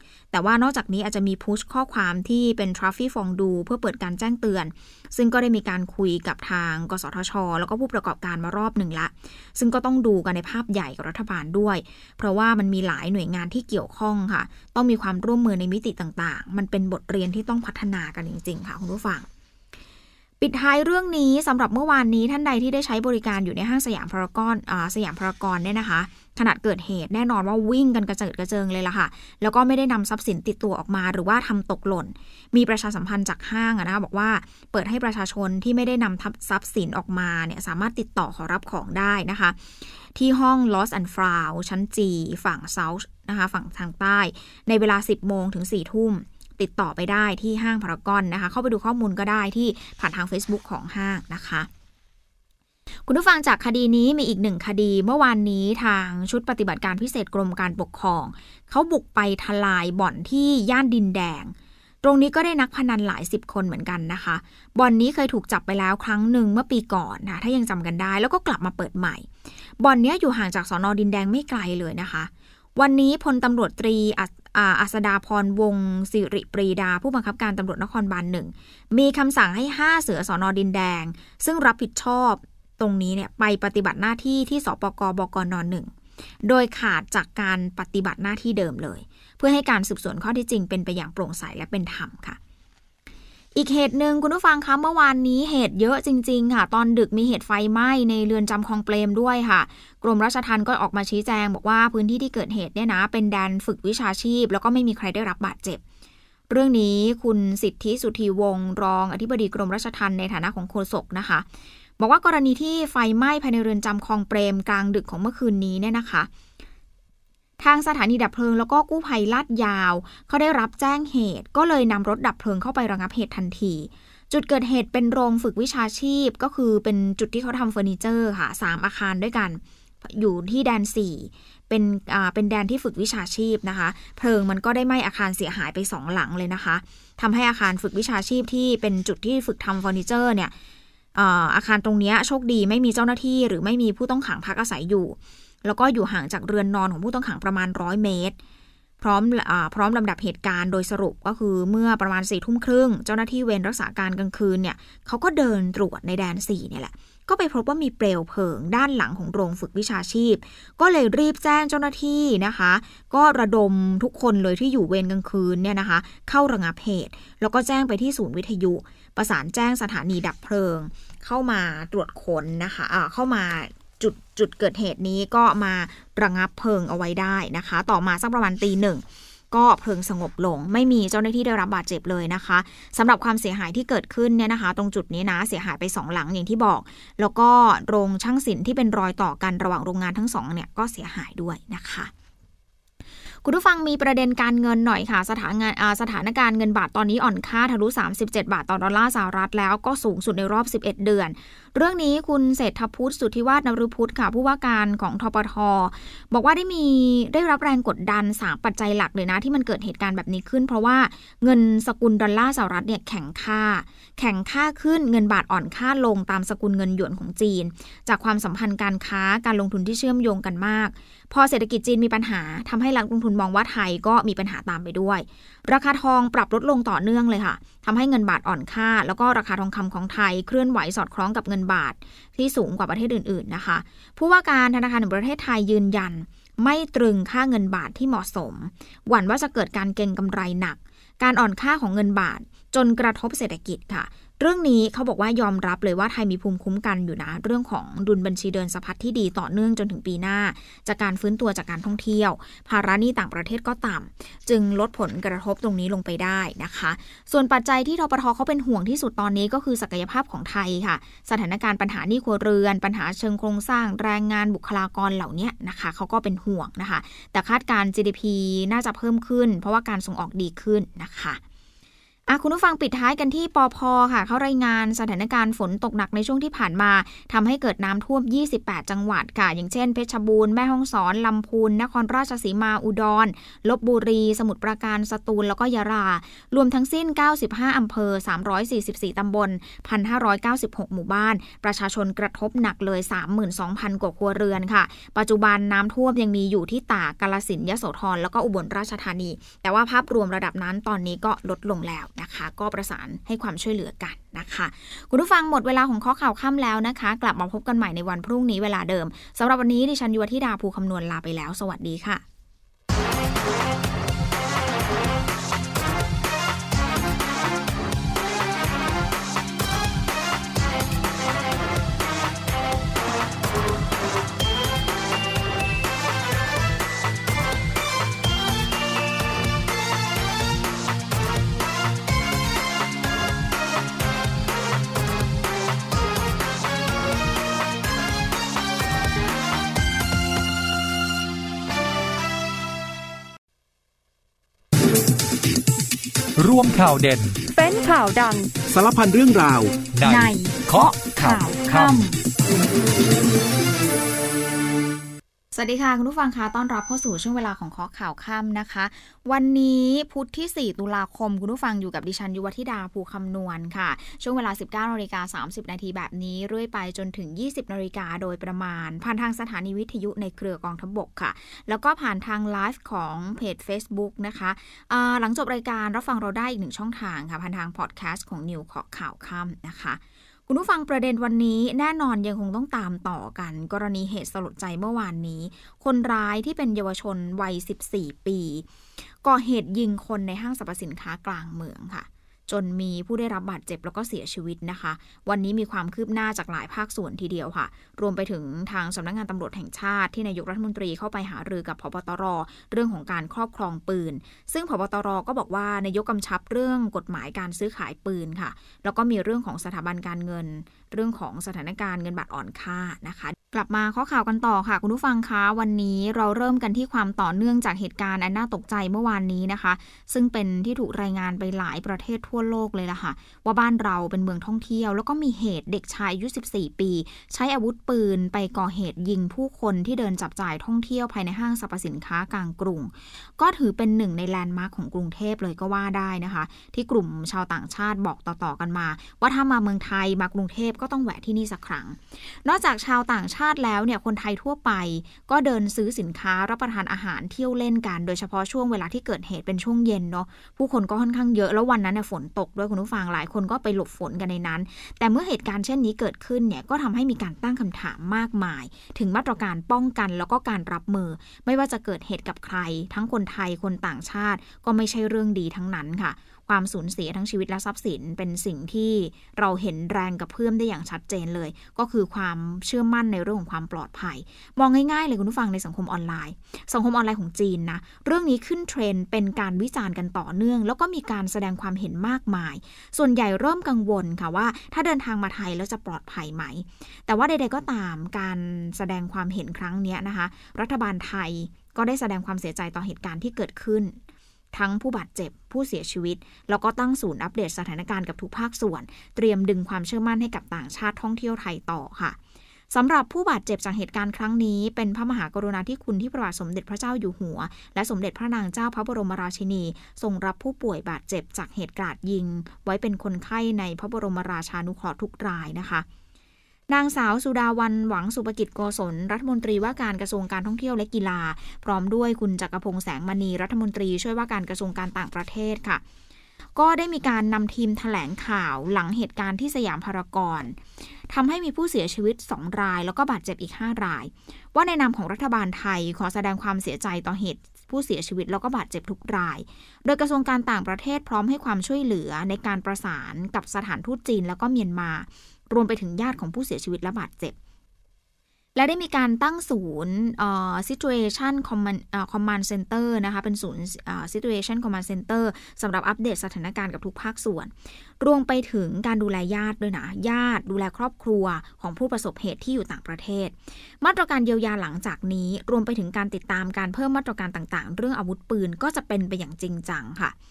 แต่ว่านอกจากนี้อาจจะมีพุชข้อความที่เป็นทราฟฟี่ฟองดูเพื่อเปิดการแจ้งเตือนซึ่งก็ได้มีการคุยกับทางกสทช.แล้วก็ผู้ประกอบการมารอบหนึ่งละซึ่งก็ต้องดูกันในภาพใหญ่กับรัฐบาลด้วยเพราะว่ามันมีหลายหน่วยงานที่เกี่ยวข้องค่ะต้องมีความร่วมมือในมิติต่างๆมันเป็นบทเรียนที่ต้องพัฒนากันจริงๆค่ะคุณผู้ฟังปิดท้ายเรื่องนี้สำหรับเมื่อวานนี้ท่านใดที่ได้ใช้บริการอยู่ในห้างสยามพารากอนอ่าสยามพารากอนเนี่ยนะคะขณะเกิดเหตุแน่นอนว่าวิ่งกันกระเจิดกระเจิงเลยล่ะค่ะแล้วก็ไม่ได้นำทรัพย์สินติดตัวออกมาหรือว่าทำตกหล่นมีประชาสัมพันธ์จากห้างนะคะบอกว่าเปิดให้ประชาชนที่ไม่ได้นำทรัพย์สินออกมาเนี่ยสามารถติดต่อขอรับของได้นะคะที่ห้อง Lost and Found ชั้น G ฝั่ง South นะคะฝั่งทางใต้ในเวลา สิบโมงถึง สี่ทุ่มติดต่อไปได้ที่ห้างพารากอนนะคะเข้าไปดูข้อมูลก็ได้ที่ผ่านทาง Facebook ของห้างนะคะคุณผู้ฟังจากคดีนี้มีอีกหนึ่งคดีเมื่อวานนี้ทางชุดปฏิบัติการพิเศษกรมการปกครองเขาบุกไปทลายบ่อนที่ย่านดินแดงตรงนี้ก็ได้นักพนันหลายสิบคนเหมือนกันนะคะบ่อนนี้เคยถูกจับไปแล้วครั้งหนึ่งเมื่อปีก่อนนะถ้ายังจำกันได้แล้วก็กลับมาเปิดใหม่บ่อนนี้อยู่ห่างจากสน.ดินแดงไม่ไกลเลยนะคะวันนี้พลตำรวจตรีอัสดาพรวงศ์สิริปรีดาผู้บังคับการตำรวจนครบาลหนึ่งมีคำสั่งให้ห้าเสือสน.ดินแดงซึ่งรับผิดชอบตรงนี้เนี่ยไปปฏิบัติหน้าที่ที่สปก.บกน.หนึ่งโดยขาดจากการปฏิบัติหน้าที่เดิมเลยเพื่อให้การสืบสวนข้อเท็จจริงเป็นไปอย่างโปร่งใสและเป็นธรรมค่ะอีกเหตุหนึ่งคุณผู้ฟังคะเมื่อวานนี้เหตุเยอะจริงๆค่ะตอนดึกมีเหตุไฟไหม้ในเรือนจำคลองเปรมด้วยค่ะกรมราชทัณฑ์ก็ออกมาชี้แจงบอกว่าพื้นที่ที่เกิดเหตุเนี่ยนะเป็นแดนฝึกวิชาชีพแล้วก็ไม่มีใครได้รับบาดเจ็บเรื่องนี้คุณสิทธิสุธีวงศ์รองอธิบดีกรมราชทัณฑ์ในฐานะของโฆษกนะคะบอกว่ากรณีที่ไฟไหม้ภายในเรือนจำคลองเปรมกลางดึกของเมื่อคืนนี้เนี่ยนะคะทางสถานีดับเพลิงแล้วก็กู้ภัยลาดยาวเขาได้รับแจ้งเหตุก็เลยนำรถดับเพลิงเข้าไประงับเหตุทันทีจุดเกิดเหตุเป็นโรงฝึกวิชาชีพก็คือเป็นจุดที่เขาทำเฟอร์นิเจอร์ค่ะสามอาคารด้วยกันอยู่ที่แดนสี่เป็นอ่าเป็นแดนที่ฝึกวิชาชีพนะคะเพลิงมันก็ได้ไหม้อาคารเสียหายไปสองหลังเลยนะคะทำให้อาคารฝึกวิชาชีพที่เป็นจุดที่ฝึกทำเฟอร์นิเจอร์เนี่ยอาคารตรงนี้โชคดีไม่มีเจ้าหน้าที่หรือไม่มีผู้ต้องขังพักอาศัยอยู่แล้วก็อยู่ห่างจากเรือนนอนของผู้ต้องขังประมาณร้อยเมตรพร้อมอ่าพร้อมลำดับเหตุการณ์โดยสรุปก็คือเมื่อประมาณสี่ทุ่มครึ่งเจ้าหน้าที่เวรรักษาการกลางคืนเนี่ยเขาก็เดินตรวจในแดนสี่เนี่ยแหละก็ไปพบว่ามีเปลวเพลิงด้านหลังของโรงฝึกวิชาชีพก็เลยรีบแจ้งเจ้าหน้าที่นะคะก็ระดมทุกคนเลยที่อยู่เวรกลางคืนเนี่ยนะคะเข้าระงับเหตุแล้วก็แจ้งไปที่ศูนย์วิทยุประสานแจ้งสถานีดับเพลิงเข้ามาตรวจค้นนะคะอ่าเข้ามาจุดจุดเกิดเหตุนี้ก็มาระงับเพลิงเอาไว้ได้นะคะต่อมาสักประมาณตีหนึ่งก็เพลิงสงบลงไม่มีเจ้าหน้าที่ได้รับบาดเจ็บเลยนะคะสำหรับความเสียหายที่เกิดขึ้นเนี่ยนะคะตรงจุดนี้นะเสียหายไปสองหลังอย่างที่บอกแล้วก็โรงช่างศิลป์ที่เป็นรอยต่อกันระหว่างโรงงานทั้งสองเนี่ยก็เสียหายด้วยนะคะคุณผู้ฟังมีประเด็นการเงินหน่อยค่ะสถานงานสถานการณ์เงินบาทตอนนี้อ่อนค่าทะลุสามสิบเจ็ดบาทต่อดอลลาร์สหรัฐแล้วก็สูงสุดในรอบสิบเอ็ดเดือนเรื่องนี้คุณเศรษฐพุทธสุทธิวาฒนฤพุทธค่ะผู้ว่าการของธปท.บอกว่าได้มีได้รับแรงกดดันสามปัจจัยหลักเลยนะที่มันเกิดเหตุการณ์แบบนี้ขึ้นเพราะว่าเงินสกุลดอลลาร์สหรัฐเนี่ยแข็งค่าแข็งค่าขึ้นเงินบาทอ่อนค่าลงตามสกุลเงินหยวนของจีนจากความสัมพันธ์การค้าการลงทุนที่เชื่อมโยงกันมากพอเศรษฐกิจจีนมีปัญหาทำให้นักลงทุนมองว่าไทยก็มีปัญหาตามไปด้วยราคาทองปรับลดลงต่อเนื่องเลยค่ะทำให้เงินบาทอ่อนค่าแล้วก็ราคาทองคำของไทยเคลื่อนไหวสอดคล้องกับเงินบาทที่สูงกว่าประเทศอื่นๆนะคะผู้ว่าการธนาคารแห่งประเทศไทยยืนยันไม่ตรึงค่าเงินบาทที่เหมาะสมหวั่นว่าจะเกิดการเก็งกำไรหนักการอ่อนค่าของเงินบาทจนกระทบเศรษฐกิจค่ะเรื่องนี้เขาบอกว่ายอมรับเลยว่าไทยมีภูมิคุ้มกันอยู่นะเรื่องของดุลบัญชีเดินสะพัดที่ดีต่อเนื่องจนถึงปีหน้าจากการฟื้นตัวจากการท่องเที่ยวภาระหนี้ต่างประเทศก็ต่ำจึงลดผลกระทบตรงนี้ลงไปได้นะคะส่วนปัจจัยที่ธปท.เขาเป็นห่วงที่สุดตอนนี้ก็คือศักยภาพของไทยค่ะสถานการณ์ปัญหาหนี้ครัวเรือนปัญหาเชิงโครงสร้างแรงงานบุคลากรเหล่านี้นะคะเขาก็เป็นห่วงนะคะแต่คาดการณ์ จี ดี พี น่าจะเพิ่มขึ้นเพราะว่าการส่งออกดีขึ้นนะคะอ่ะคุณผู้ฟังปิดท้ายกันที่ปภ.ค่ะเขารายงานสถานการณ์ฝนตกหนักในช่วงที่ผ่านมาทำให้เกิดน้ำท่วมยี่สิบแปดจังหวัดค่ะอย่างเช่นเพชรบูรณ์แม่ฮ่องสอนลำพูนนครราชสีมาอุดรลพบุรีสมุทรปราการสตูลแล้วก็ยะลารวมทั้งสิ้นเก้าสิบห้าอำเภอสามร้อยสี่สิบสี่ตำบล หนึ่งพันห้าร้อยเก้าสิบหก หมู่บ้านประชาชนกระทบหนักเลย สามหมื่นสองพัน กว่าครัวเรือนค่ะปัจจุบันน้ำท่วมยังมีอยู่ที่ตากกาฬสินธุ์ยโสธรแล้วก็อุบลราชธานีแต่ว่าภาพรวมระดับนั้นตอนนี้ก็ลดลงแล้วนะคะก็ประสานให้ความช่วยเหลือกันนะคะคุณผู้ฟังหมดเวลาของข้อข่าวค่ำแล้วนะคะกลับมาพบกันใหม่ในวันพรุ่งนี้เวลาเดิมสำหรับวันนี้ดิฉันยุวธิดาภูคำนวณลาไปแล้วสวัสดีค่ะร่วมข่าวเด่นเป็นข่าวดังสารพันเรื่องราวในเคาะข่าวค่ำสวัสดีค่ะคุณผู้ฟังคะต้อนรับเข้าสู่ช่วงเวลาของเคาะข่าวค่ำนะคะวันนี้พุธที่สี่ตุลาคมคุณผู้ฟังอยู่กับดิฉันยุวธิดาภูคำนวณค่ะช่วงเวลา สิบเก้านาฬิกาสามสิบ นาทีแบบนี้เรื่อยไปจนถึง ยี่สิบนาฬิกาโดยประมาณผ่านทางสถานีวิทยุในเครือกองทัพบกค่ะแล้วก็ผ่านทางไลฟ์ของเพจ Facebook นะคะหลังจบรายการรับฟังเราได้อีกหนึ่งช่องทางค่ะผ่านทางพอดแคสต์ของนิวเคาะข่าวค่ำนะคะคุณผู้ฟังประเด็นวันนี้แน่นอนยังคงต้องตามต่อกันกรณีเหตุสลดใจเมื่อวานนี้คนร้ายที่เป็นเยาวชนวัยสิบสี่ปีก่อเหตุยิงคนในห้างสรรพสินค้ากลางเมืองค่ะจนมีผู้ได้รับบาดเจ็บแล้วก็เสียชีวิตนะคะวันนี้มีความคืบหน้าจากหลายภาคส่วนทีเดียวค่ะรวมไปถึงทางสำนักงานตำรวจแห่งชาติที่นายกรัฐมนตรีเข้าไปหารือกับผบ.ตร.เรื่องของการครอบครองปืนซึ่งผบ.ตร.ก็บอกว่านายกกำชับเรื่องกฎหมายการซื้อขายปืนค่ะแล้วก็มีเรื่องของสถาบันการเงินเรื่องของสถานการณ์เงินบาทอ่อนค่านะคะกลับมาข้อข่าวกันต่อค่ะคุณผู้ฟังคะวันนี้เราเริ่มกันที่ความต่อเนื่องจากเหตุการณ์อันน่าตกใจเมื่อวานนี้นะคะซึ่งเป็นที่ถูกรายงานไปหลายประเทศทั่วโลกเลยล่ะค่ะว่าบ้านเราเป็นเมืองท่องเที่ยวแล้วก็มีเหตุเด็กชายอายุสิบสี่ปีใช้อาวุธปืนไปก่อเหตุยิงผู้คนที่เดินจับจ่ายท่องเที่ยวภายในห้างสรรพสินค้ากลางกรุงก็ถือเป็นหนึ่งในแลนด์มาร์คของกรุงเทพเลยก็ว่าได้นะคะที่กลุ่มชาวต่างชาติบอกต่อๆกันมาว่าถ้ามาเมืองไทยมากรุงเทพก็ต้องแวะที่นี่สักครั้งนอกจากชาวต่างชาติแล้วเนี่ยคนไทยทั่วไปก็เดินซื้อสินค้ารับประทานอาหารเที่ยวเล่นกันโดยเฉพาะช่วงเวลาที่เกิดเหตุเป็นช่วงเย็นเนาะผู้คนก็ค่อนข้างเยอะแล้ววันนั้นเนี่ยฝนตกด้วยคุณผู้ฟังหลายคนก็ไปหลบฝนกันในนั้นแต่เมื่อเหตุการณ์เช่นนี้เกิดขึ้นเนี่ยก็ทำให้มีการตั้งคำถามมากมายถึงมาตรการป้องกันแล้วก็การรับมือไม่ว่าจะเกิดเหตุกับใครทั้งคนไทยคนต่างชาติก็ไม่ใช่เรื่องดีทั้งนั้นค่ะความสูญเสียทั้งชีวิตและทรัพย์สินเป็นสิ่งที่เราเห็นแรงกระเพื่อมได้อย่างชัดเจนเลยก็คือความเชื่อมั่นในเรื่องของความปลอดภัยมองง่ายๆเลยคุณผู้ฟังในสังคมออนไลน์สังคมออนไลน์ของจีนนะเรื่องนี้ขึ้นเทรนด์เป็นการวิจารณ์กันต่อเนื่องแล้วก็มีการแสดงความเห็นมากมายส่วนใหญ่เริ่มกังวลค่ะว่าถ้าเดินทางมาไทยแล้วจะปลอดภัยไหมแต่ว่าใดๆก็ตามการแสดงความเห็นครั้งนี้นะคะรัฐบาลไทยก็ได้แสดงความเสียใจต่อเหตุการณ์ที่เกิดขึ้นทั้งผู้บาดเจ็บผู้เสียชีวิตแล้วก็ตั้งศูนย์อัปเดตสถานการณ์กับทุกภาคส่วนเตรียมดึงความเชื่อมั่นให้กับต่างชาติท่องเที่ยวไทยต่อค่ะสำหรับผู้บาดเจ็บจากเหตุการณ์ครั้งนี้เป็นพระมหากรุณาธิคุณที่พระบาทสมเด็จพระเจ้าอยู่หัวและสมเด็จพระนางเจ้าพระบรมราชินีทรงรับผู้ป่วยบาดเจ็บจากเหตุกราดยิงไว้เป็นคนไข้ในพระบรมราชานุเคราะห์ทุกรายนะคะนางสาวสุดาวันหวังสุภกิจโกศลรัฐมนตรีว่าการกระทรวงการท่องเที่ยวและกีฬาพร้อมด้วยคุณจักรพงษ์แสงมณีรัฐมนตรีช่วยว่าการกระทรวงการต่างประเทศค่ะก็ได้มีการนำทีมแถลงข่าวหลังเหตุการณ์ที่สยามพารากอนทำให้มีผู้เสียชีวิตสองรายแล้วก็บาดเจ็บอีกห้ารายว่าในนามของรัฐบาลไทยขอแสดงความเสียใจต่อเหตุผู้เสียชีวิตแล้วก็บาดเจ็บทุกรายโดยกระทรวงการต่างประเทศพร้อมให้ความช่วยเหลือในการประสานกับสถานทูตจีนแล้วก็เมียนมารวมไปถึงญาติของผู้เสียชีวิตและบาดเจ็บและได้มีการตั้งศูนย์ uh, Situation Command, uh, Command Center นะคะเป็นศูนย์ uh, Situation Command Center สำหรับอัปเดตสถานการณ์กับทุกภาคส่วนรวมไปถึงการดูแลญาติด้วยนะญาติดูแลครอบครัวของผู้ประสบเหตุที่อยู่ต่างประเทศมาตรการเยียวยาหลังจากนี้รวมไปถึงการติดตามการเพิ่มมาตรการต่างๆเรื่องอาวุธปืนก็จะเป็นไปอย่างจริงจังค่ะ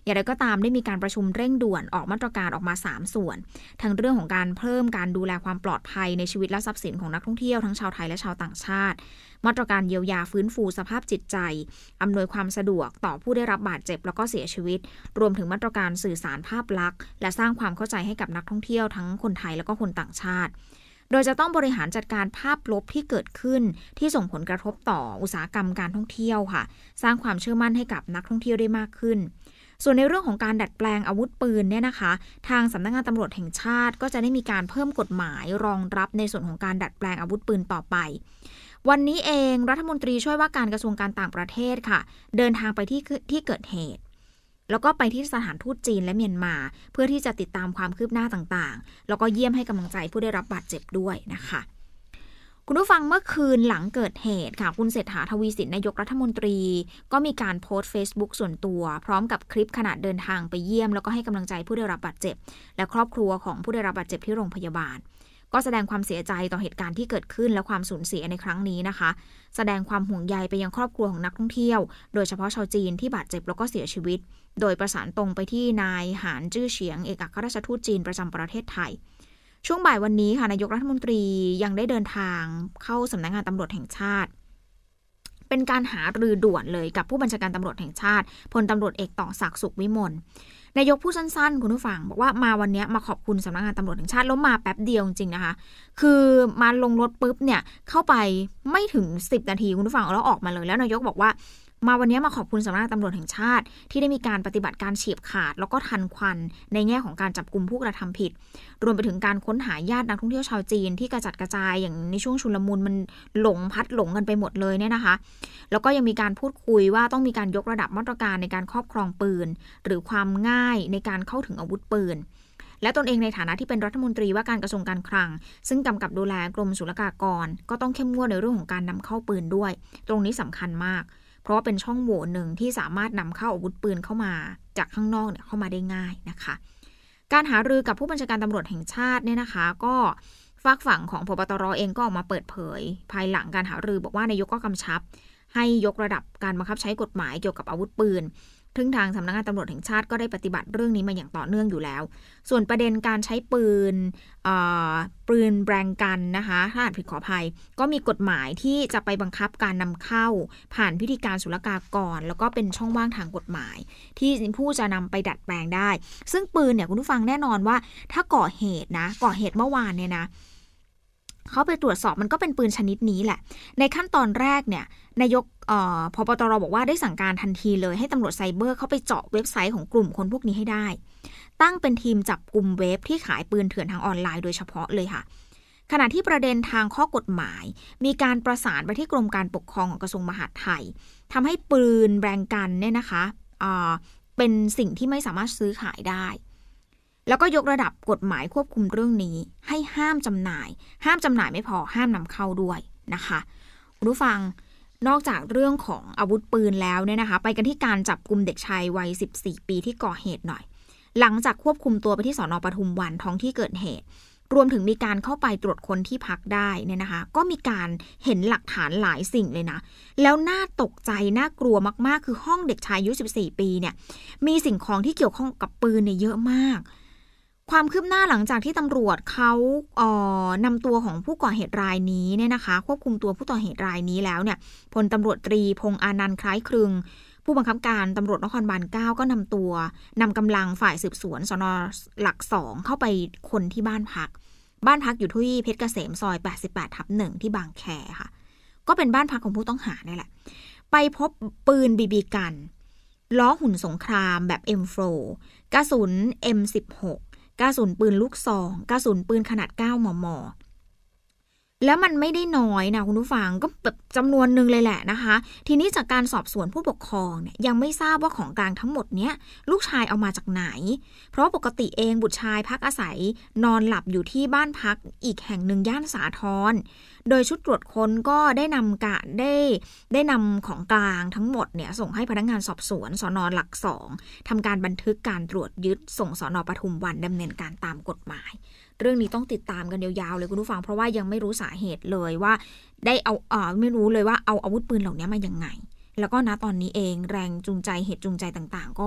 อย่างไรก็ตามได้มีการประชุมเร่งด่วนออกมาตรการออกมาสามส่วนทั้งเรื่องของการเพิ่มการดูแลความปลอดภัยในชีวิตและทรัพย์สินของนักท่องเที่ยวทั้งชาวไทยและชาวต่างชาติมาตรการเยียวยาฟื้นฟูสภาพจิตใจอำนวยความสะดวกต่อผู้ได้รับบาดเจ็บแล้วก็เสียชีวิตรวมถึงมาตรการสื่อสารภาพลักษณ์และสร้างความเข้าใจให้กับนักท่องเที่ยวทั้งคนไทยแล้วก็คนต่างชาติโดยจะต้องบริหารจัดการภาพลบที่เกิดขึ้นที่ส่งผลกระทบต่ออุตสาหกรรมการท่องเที่ยวค่ะสร้างความเชื่อมั่นให้กับนักท่องเที่ยวได้มากขึ้นส่วนในเรื่องของการดัดแปลงอาวุธปืนเนี่ยนะคะทางสำนักงานตำรวจแห่งชาติก็จะได้มีการเพิ่มกฎหมายรองรับในส่วนของการดัดแปลงอาวุธปืนต่อไปวันนี้เองรัฐมนตรีช่วยว่าการกระทรวงการต่างประเทศค่ะเดินทางไปที่ที่เกิดเหตุแล้วก็ไปที่สถานทูตจีนและเมียนมาเพื่อที่จะติดตามความคืบหน้าต่างๆแล้วก็เยี่ยมให้กำลังใจผู้ได้รับบาดเจ็บด้วยนะคะคุณผู้ฟังเมื่อคืนหลังเกิดเหตุค่ะคุณเศรษฐาทวีสินนายกรัฐมนตรีก็มีการโพสต์ Facebook ส่วนตัวพร้อมกับคลิปขณะเดินทางไปเยี่ยมแล้วก็ให้กำลังใจผู้ได้รับบาดเจ็บและครอบครัวของผู้ได้รับบาดเจ็บที่โรงพยาบาลก็แสดงความเสียใจต่อเหตุการณ์ที่เกิดขึ้นและความสูญเสียในครั้งนี้นะคะแสดงความห่วงใยไปยังครอบครัวของนักท่องเที่ยวโดยเฉพาะชาวจีนที่บาดเจ็บแล้วก็เสียชีวิตโดยประสานตรงไปที่นายหานจื้อเฉียงเอกอัครราชทูตจีนประจำประเทศไทยช่วงบ่ายวันนี้ค่ะนายกรัฐมนตรียังได้เดินทางเข้าสำนักงานตำรวจแห่งชาติเป็นการหารือด่วนเลยกับผู้บัญชาการตำรวจแห่งชาติพลตำรวจเอกต่อศักดิ์สุขวิมลนายกพูดสั้นๆคุณผู้ฟังบอกว่ามาวันนี้มาขอบคุณสำนักงานตำรวจแห่งชาติแล้วมาแป๊บเดียวจริงๆนะคะคือมาลงรถปุ๊บเนี่ยเข้าไปไม่ถึงสิบนาทีคุณผู้ฟังแล้วออกมาเลยแล้วนายกบอกว่ามาวันนี้มาขอบคุณสำนักงานตำรวจแห่งชาติที่ได้มีการปฏิบัติการเฉียบขาดแล้วก็ทันควันในแง่ของการจับกุมผู้กระทำผิดรวมไปถึงการค้นหาญาตินักท่องเที่ยวชาวจีนที่กระจัดกระจายอย่างในช่วงชุลมุนมันหลงพัดหลงกันไปหมดเลยเนี่ยนะคะแล้วก็ยังมีการพูดคุยว่าต้องมีการยกระดับมาตรการในการครอบครองปืนหรือความง่ายในการเข้าถึงอาวุธปืนและตนเองในฐานะที่เป็นรัฐมนตรีว่าการกระทรวงการคลังซึ่งกำกับดูแลกรมศุลกากรก็ต้องเข้มงวดในเรื่องของการนำเข้าปืนด้วยตรงนี้สำคัญมากเพราะว่าเป็นช่องโหว่หนึ่งที่สามารถนำเข้าอาวุธปืนเข้ามาจากข้างนอกเนี่ยเข้ามาได้ง่ายนะคะการหารือกับผู้บัญชาการตำรวจแห่งชาติเนี่ยนะคะก็ฝากฝั่งของผบ.ตร.เองก็ออกมาเปิดเผยภายหลังการหารือบอกว่านายกก็กำชับให้ยกระดับการบังคับใช้กฎหมายเกี่ยวกับอาวุธปืนซึ่งทางสำนักงานตำรวจแห่งชาติก็ได้ปฏิบัติเรื่องนี้มาอย่างต่อเนื่องอยู่แล้วส่วนประเด็นการใช้ปืนปืนแบงกันนะคะถ้าอ่านผิดขออภัยก็มีกฎหมายที่จะไปบังคับการนำเข้าผ่านพิธีการศุลกากรแล้วก็เป็นช่องว่างทางกฎหมายที่ผู้จะนำไปดัดแปลงได้ซึ่งปืนเนี่ยคุณผู้ฟังแน่นอนว่าถ้าก่อเหตุนะก่อเหตุเมื่อวานเนี่ยนะเขาไปตรวจสอบมันก็เป็นปืนชนิดนี้แหละในขั้นตอนแรกเนี่ยนายกผบ.ตร.บอกว่าได้สั่งการทันทีเลยให้ตำรวจไซเบอร์เข้าไปเจาะเว็บไซต์ของกลุ่มคนพวกนี้ให้ได้ตั้งเป็นทีมจับกลุ่มเว็บที่ขายปืนเถื่อนทางออนไลน์โดยเฉพาะเลยค่ะขณะที่ประเด็นทางข้อกฎหมายมีการประสานไปที่กรมการปกครองของกระทรวงมหาดไทยทำให้ปืนแบงกันเนี่ยนะคะเป็นสิ่งที่ไม่สามารถซื้อขายได้แล้วก็ยกระดับกฎหมายควบคุมเรื่องนี้ให้ห้ามจำหน่ายห้ามจำหน่ายไม่พอห้ามนำเข้าด้วยนะคะคุณผู้ฟังนอกจากเรื่องของอาวุธปืนแล้วเนี่ยนะคะไปกันที่การจับกุมเด็กชายวัยสิบสี่ปีที่ก่อเหตุหน่อยหลังจากควบคุมตัวไปที่สน.ปทุมวันท้องที่เกิดเหตุรวมถึงมีการเข้าไปตรวจค้นที่พักได้เนี่ยนะคะก็มีการเห็นหลักฐานหลายสิ่งเลยนะแล้วน่าตกใจน่ากลัวมากๆคือห้องเด็กชายอายุสิบสี่ปีเนี่ยมีสิ่งของที่เกี่ยวข้องกับปืนเนี่ยเยอะมากความคืบหน้าหลังจากที่ตำรวจเขาเอ่อนำตัวของผู้ก่อเหตุรายนี้เนี่ยนะคะควบคุมตัวผู้ก่อเหตุรายนี้แล้วเนี่ยพลตำรวจตรีพงษ์อานันต์คล้ายคลึงผู้บังคับการตำรวจนครบาลเก้าก็นำตัวนำกำลังฝ่ายสืบสวนสน.หลักสองเข้าไปค้นที่บ้านพักบ้านพักอยู่ที่เพชรเกษมซอยแปดสิบแปดทับหนึ่งที่บางแคค่ะก็เป็นบ้านพักของผู้ต้องหานี่แหละไปพบปืนบีบีกันล้อหุ่นสงครามแบบ เอ็ม โฟร์ กระสุน เอ็ม สิบหกกระสุนปืนลูกซองกระสุนปืนขนาดเก้ามม.แล้วมันไม่ได้น้อยนะคุณผู้ฟังก็แบบจำนวนนึงเลยแหละนะคะทีนี้จากการสอบสวนผู้ปกครองเนี่ยยังไม่ทราบว่าของกลางทั้งหมดเนี้ยลูกชายเอามาจากไหนเพราะปกติเองบุตรชายพักอาศัยนอนหลับอยู่ที่บ้านพักอีกแห่งหนึ่งย่านสาทรโดยชุดตรวจค้นก็ได้นำกะได้ได้นำของกลางทั้งหมดเนี่ยส่งให้พนักงานสอบสวนสน.หลักสองทำการบันทึกการตรวจยึดส่งสน.ปทุมวันดำเนินการตามกฎหมายเรื่องนี้ต้องติดตามกันยาวๆเลยคุณผู้ฟังเพราะว่ายังไม่รู้สาเหตุเลยว่าได้เอาเอ่อไม่รู้เลยว่าเอาอาวุธปืนเหล่านี้มายังไงแล้วก็ณตอนนี้เองแรงจูงใจเหตุจูงใจต่างๆก็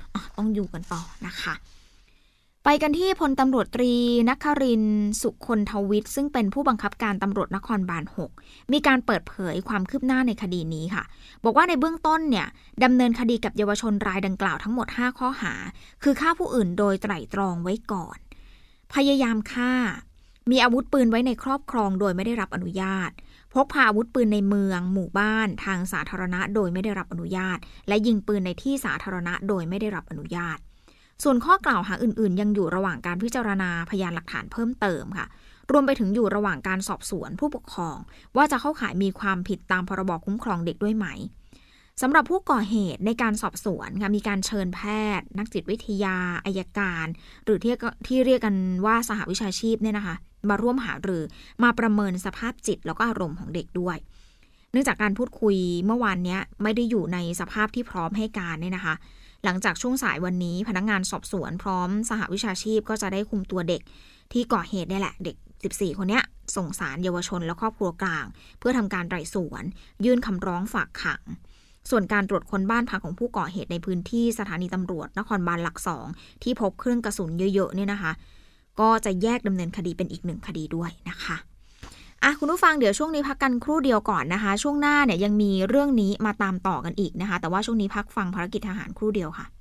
ต้องอยู่กันต่อนะคะไปกันที่พลตำรวจตรีนครินทร์สุคนทวิทย์ซึ่งเป็นผู้บังคับการตำรวจนครบาลหกมีการเปิดเผยความคืบหน้าในคดีนี้ค่ะบอกว่าในเบื้องต้นเนี่ยดำเนินคดีกับเยาวชนรายดังกล่าวทั้งหมดห้าข้อหาคือฆ่าผู้อื่นโดยไตร่ตรองไว้ก่อนพยายามฆ่ามีอาวุธปืนไว้ในครอบครองโดยไม่ได้รับอนุญาตพกพาอาวุธปืนในเมืองหมู่บ้านทางสาธารณะโดยไม่ได้รับอนุญาตและยิงปืนในที่สาธารณะโดยไม่ได้รับอนุญาตส่วนข้อกล่าวหาอื่นๆยังอยู่ระหว่างการพิจารณาพยานหลักฐานเพิ่มเติมค่ะรวมไปถึงอยู่ระหว่างการสอบสวนผู้ปกครองว่าจะเข้าข่ายมีความผิดตามพรบคุ้มครองเด็กด้วยไหมสำหรับผู้ก่อเหตุในการสอบสวนค่ะมีการเชิญแพทย์นักจิตวิทยาอัยการหรือที่ที่เรียกกันว่าสหวิชาชีพเนี่ยนะคะมาร่วมหารือมาประเมินสภาพจิตแล้วก็อารมณ์ของเด็กด้วยเนื่องจากการพูดคุยเมื่อวานนี้ไม่ได้อยู่ในสภาพที่พร้อมให้การเนี่ยนะคะหลังจากช่วงสายวันนี้พนักงานสอบสวนพร้อมสหวิชาชีพก็จะได้คุมตัวเด็กที่ก่อเหตุนี่แหละเด็กสิบสี่คนเนี้ยส่งศาลเยาวชนและครอบครัวกลางเพื่อทำการไต่สวนยื่นคำร้องฝากขังส่วนการตรวจค้นบ้านพักของผู้ก่อเหตุในพื้นที่สถานีตำรวจนครบาลหลักสองที่พบเครื่องกระสุนเยอะๆเนี่ยนะคะก็จะแยกดำเนินคดีเป็นอีกหนึ่งคดีด้วยนะคะอ่ะคุณผู้ฟังเดี๋ยวช่วงนี้พักกันครู่เดียวก่อนนะคะช่วงหน้าเนี่ยยังมีเรื่องนี้มาตามต่อกันอีกนะคะแต่ว่าช่วงนี้พักฟังภารกิจทหารครู่เดียวค่ะ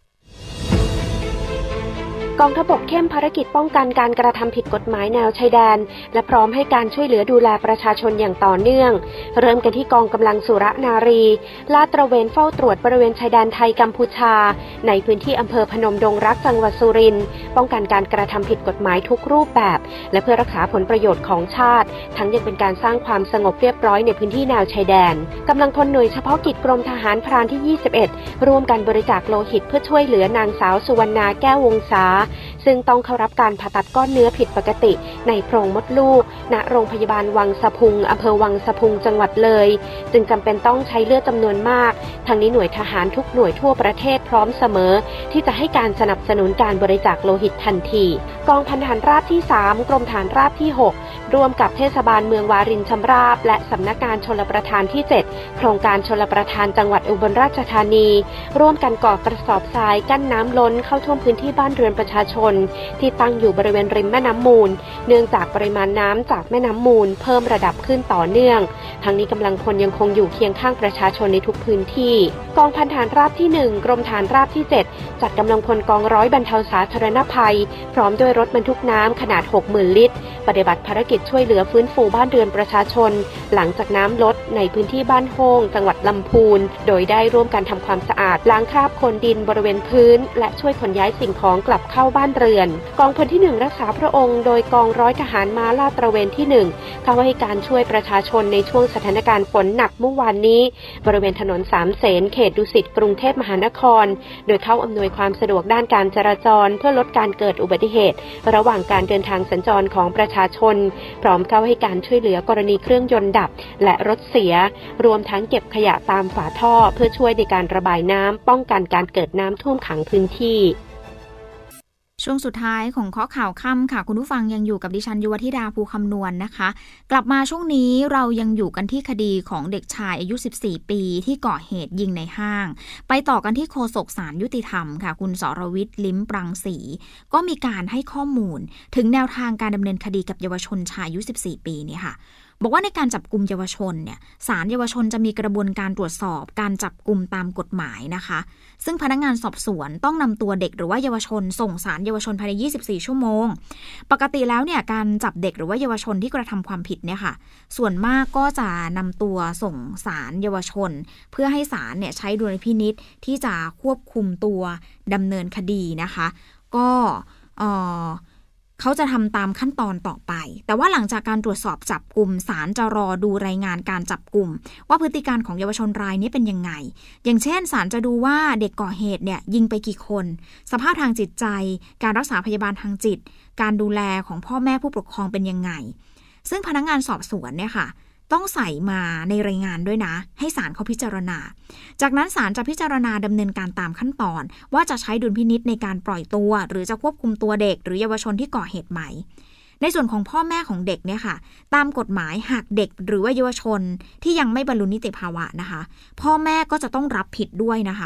กองทัพบกเข้มภารกิจป้องกันการกระทำผิดกฎหมายแนวชายแดนและพร้อมให้การช่วยเหลือดูแลประชาชนอย่างต่อเนื่องเริ่มกันที่กองกำลังสุรนารีลาดตระเวนเฝ้าตรวจบริเวณชายแดนไทยกัมพูชาในพื้นที่อำเภอพนมดงรักจังหวัดสุรินทร์ป้องกันการกระทำผิดกฎหมายทุกรูปแบบและเพื่อรักษาผลประโยชน์ของชาติทั้งยังเป็นการสร้างความสงบเรียบร้อยในพื้นที่แนวชายแดนกำลังพลหน่วยเฉพาะกิจกรมทหารพรานที่ยี่สิบเอ็ดร่วมกันบริจาคโลหิตเพื่อช่วยเหลือนางสาวสุวรรณาแก้ววงศาซึ่งต้องเข้ารับการผ่าตัดก้อนเนื้อผิดปกติในโพรงมดลูกณโรงพยาบาลวังสะพุงอำเภอวังสะพุงจังหวัดเลยจึงจำเป็นต้องใช้เลือดจำนวนมากทั้งนี้หน่วยทหารทุกหน่วยทั่วประเทศพร้อมเสมอที่จะให้การสนับสนุนการบริจาคโลหิตทันทีกองพันทหารราบที่สามกรมทหารราบที่หกร่วมกับเทศบาลเมืองวารินชำราบและสำนักงานชลประทานที่เจ็ดโครงการชลประทานจังหวัดอุบลราชธานีร่วมกันก่อกระสอบทรายกั้นน้ำล้นเข้าท่วมพื้นที่บ้านเรือนประชาชนที่ตั้งอยู่บริเวณริมแม่น้ำมูลเนื่องจากปริมาณน้ำจากแม่น้ำมูลเพิ่มระดับขึ้นต่อเนื่องทั้งนี้กำลังพลยังคงอยู่เคียงข้างประชาชนในทุกพื้นที่กองพันทหารราบที่หนึ่งกรมทหารราบที่เจ็ดจัดกำลังพลกองร้อยบรรเทาสาธารณภัยพร้อมด้วยรถบรรทุกน้ำขนาด หกหมื่น ลิตรปฏิบัติภารกิจช่วยเหลือฟื้นฟูบ้านเรือนประชาชนหลังจากน้ำลดในพื้นที่บ้านโฮงจังหวัดลำพูนโดยได้ร่วมกันทำความสะอาดล้างคราบโคลนดินบริเวณพื้นและช่วยขนย้ายสิ่งของกลับเข้าบ้านเรือนกองพลที่หนึ่งรักษาพระองค์โดยกองร้อยทหารม้าลาดตระเวนที่หนึ่งเข้าให้การช่วยประชาชนในช่วงสถานการณ์ฝนหนักเมื่อวานนี้บริเวณถนนสามเสนเขตดุสิตกรุงเทพมหานครโดยเข้าอำนวยความสะดวกด้านการจราจรเพื่อลดการเกิดอุบัติเหตุระหว่างการเดินทางสัญจรของประชาชนพร้อมเข้าให้การช่วยเหลือกรณีเครื่องยนต์ดับและรถเสียรวมทั้งเก็บขยะตามฝาท่อเพื่อช่วยในการระบายน้ำป้องกันการเกิดน้ำท่วมขังพื้นที่ช่วงสุดท้ายของข้อข่าวค่ำค่ะคุณผู้ฟังยังอยู่กับดิฉันยุวธิดาภูคำนวณ นะคะกลับมาช่วงนี้เรายังอยู่กันที่คดีของเด็กชายอายุสิบสี่ปีที่ก่อเหตุยิงในห้างไปต่อกันที่โฆษกศาลยุติธรรมค่ะคุณสรวิทย์ลิ้มปรังศรีก็มีการให้ข้อมูลถึงแนวทางการดำเนินคดีกับเยาวชนชายอายุสิบสี่ปีนี่ค่ะบอกว่าในการจับกุมเยาวชนเนี่ยศาลเยาวชนจะมีกระบวนการตรวจสอบการจับกุมตามกฎหมายนะคะซึ่งพนักงานสอบสวนต้องนำตัวเด็กหรือว่าเยาวชนส่งศาลเยาวชนภายในยี่สิบสี่ชั่วโมงปกติแล้วเนี่ยการจับเด็กหรือว่าเยาวชนที่กระทำความผิดเนี่ยค่ะส่วนมากก็จะนำตัวส่งศาลเยาวชนเพื่อให้ศาลเนี่ยใช้ดุลยพินิจที่จะควบคุมตัวดำเนินคดีนะคะก็เอ่อเขาจะทำตามขั้นตอนต่อไปแต่ว่าหลังจากการตรวจสอบจับกุมศาลจะรอดูรายงานการจับกุมว่าพฤติการของเยาวชนรายนี้เป็นยังไงอย่างเช่นศาลจะดูว่าเด็กก่อเหตุเนี่ยยิงไปกี่คนสภาพทางจิตใจการรักษาพยาบาลทางจิตการดูแลของพ่อแม่ผู้ปกครองเป็นยังไงซึ่งพนักงานสอบสวนเนี่ยค่ะต้องใส่มาในรายงานด้วยนะให้ศาลเขาพิจารณาจากนั้นศาลจะพิจารณาดำเนินการตามขั้นตอนว่าจะใช้ดุลพินิจในการปล่อยตัวหรือจะควบคุมตัวเด็กหรือเยาวชนที่ก่อเหตุไหมในส่วนของพ่อแม่ของเด็กเนี่ยค่ะตามกฎหมายหากเด็กหรือว่าเยาวชนที่ยังไม่บรรลุนิติภาวะนะคะพ่อแม่ก็จะต้องรับผิดด้วยนะคะ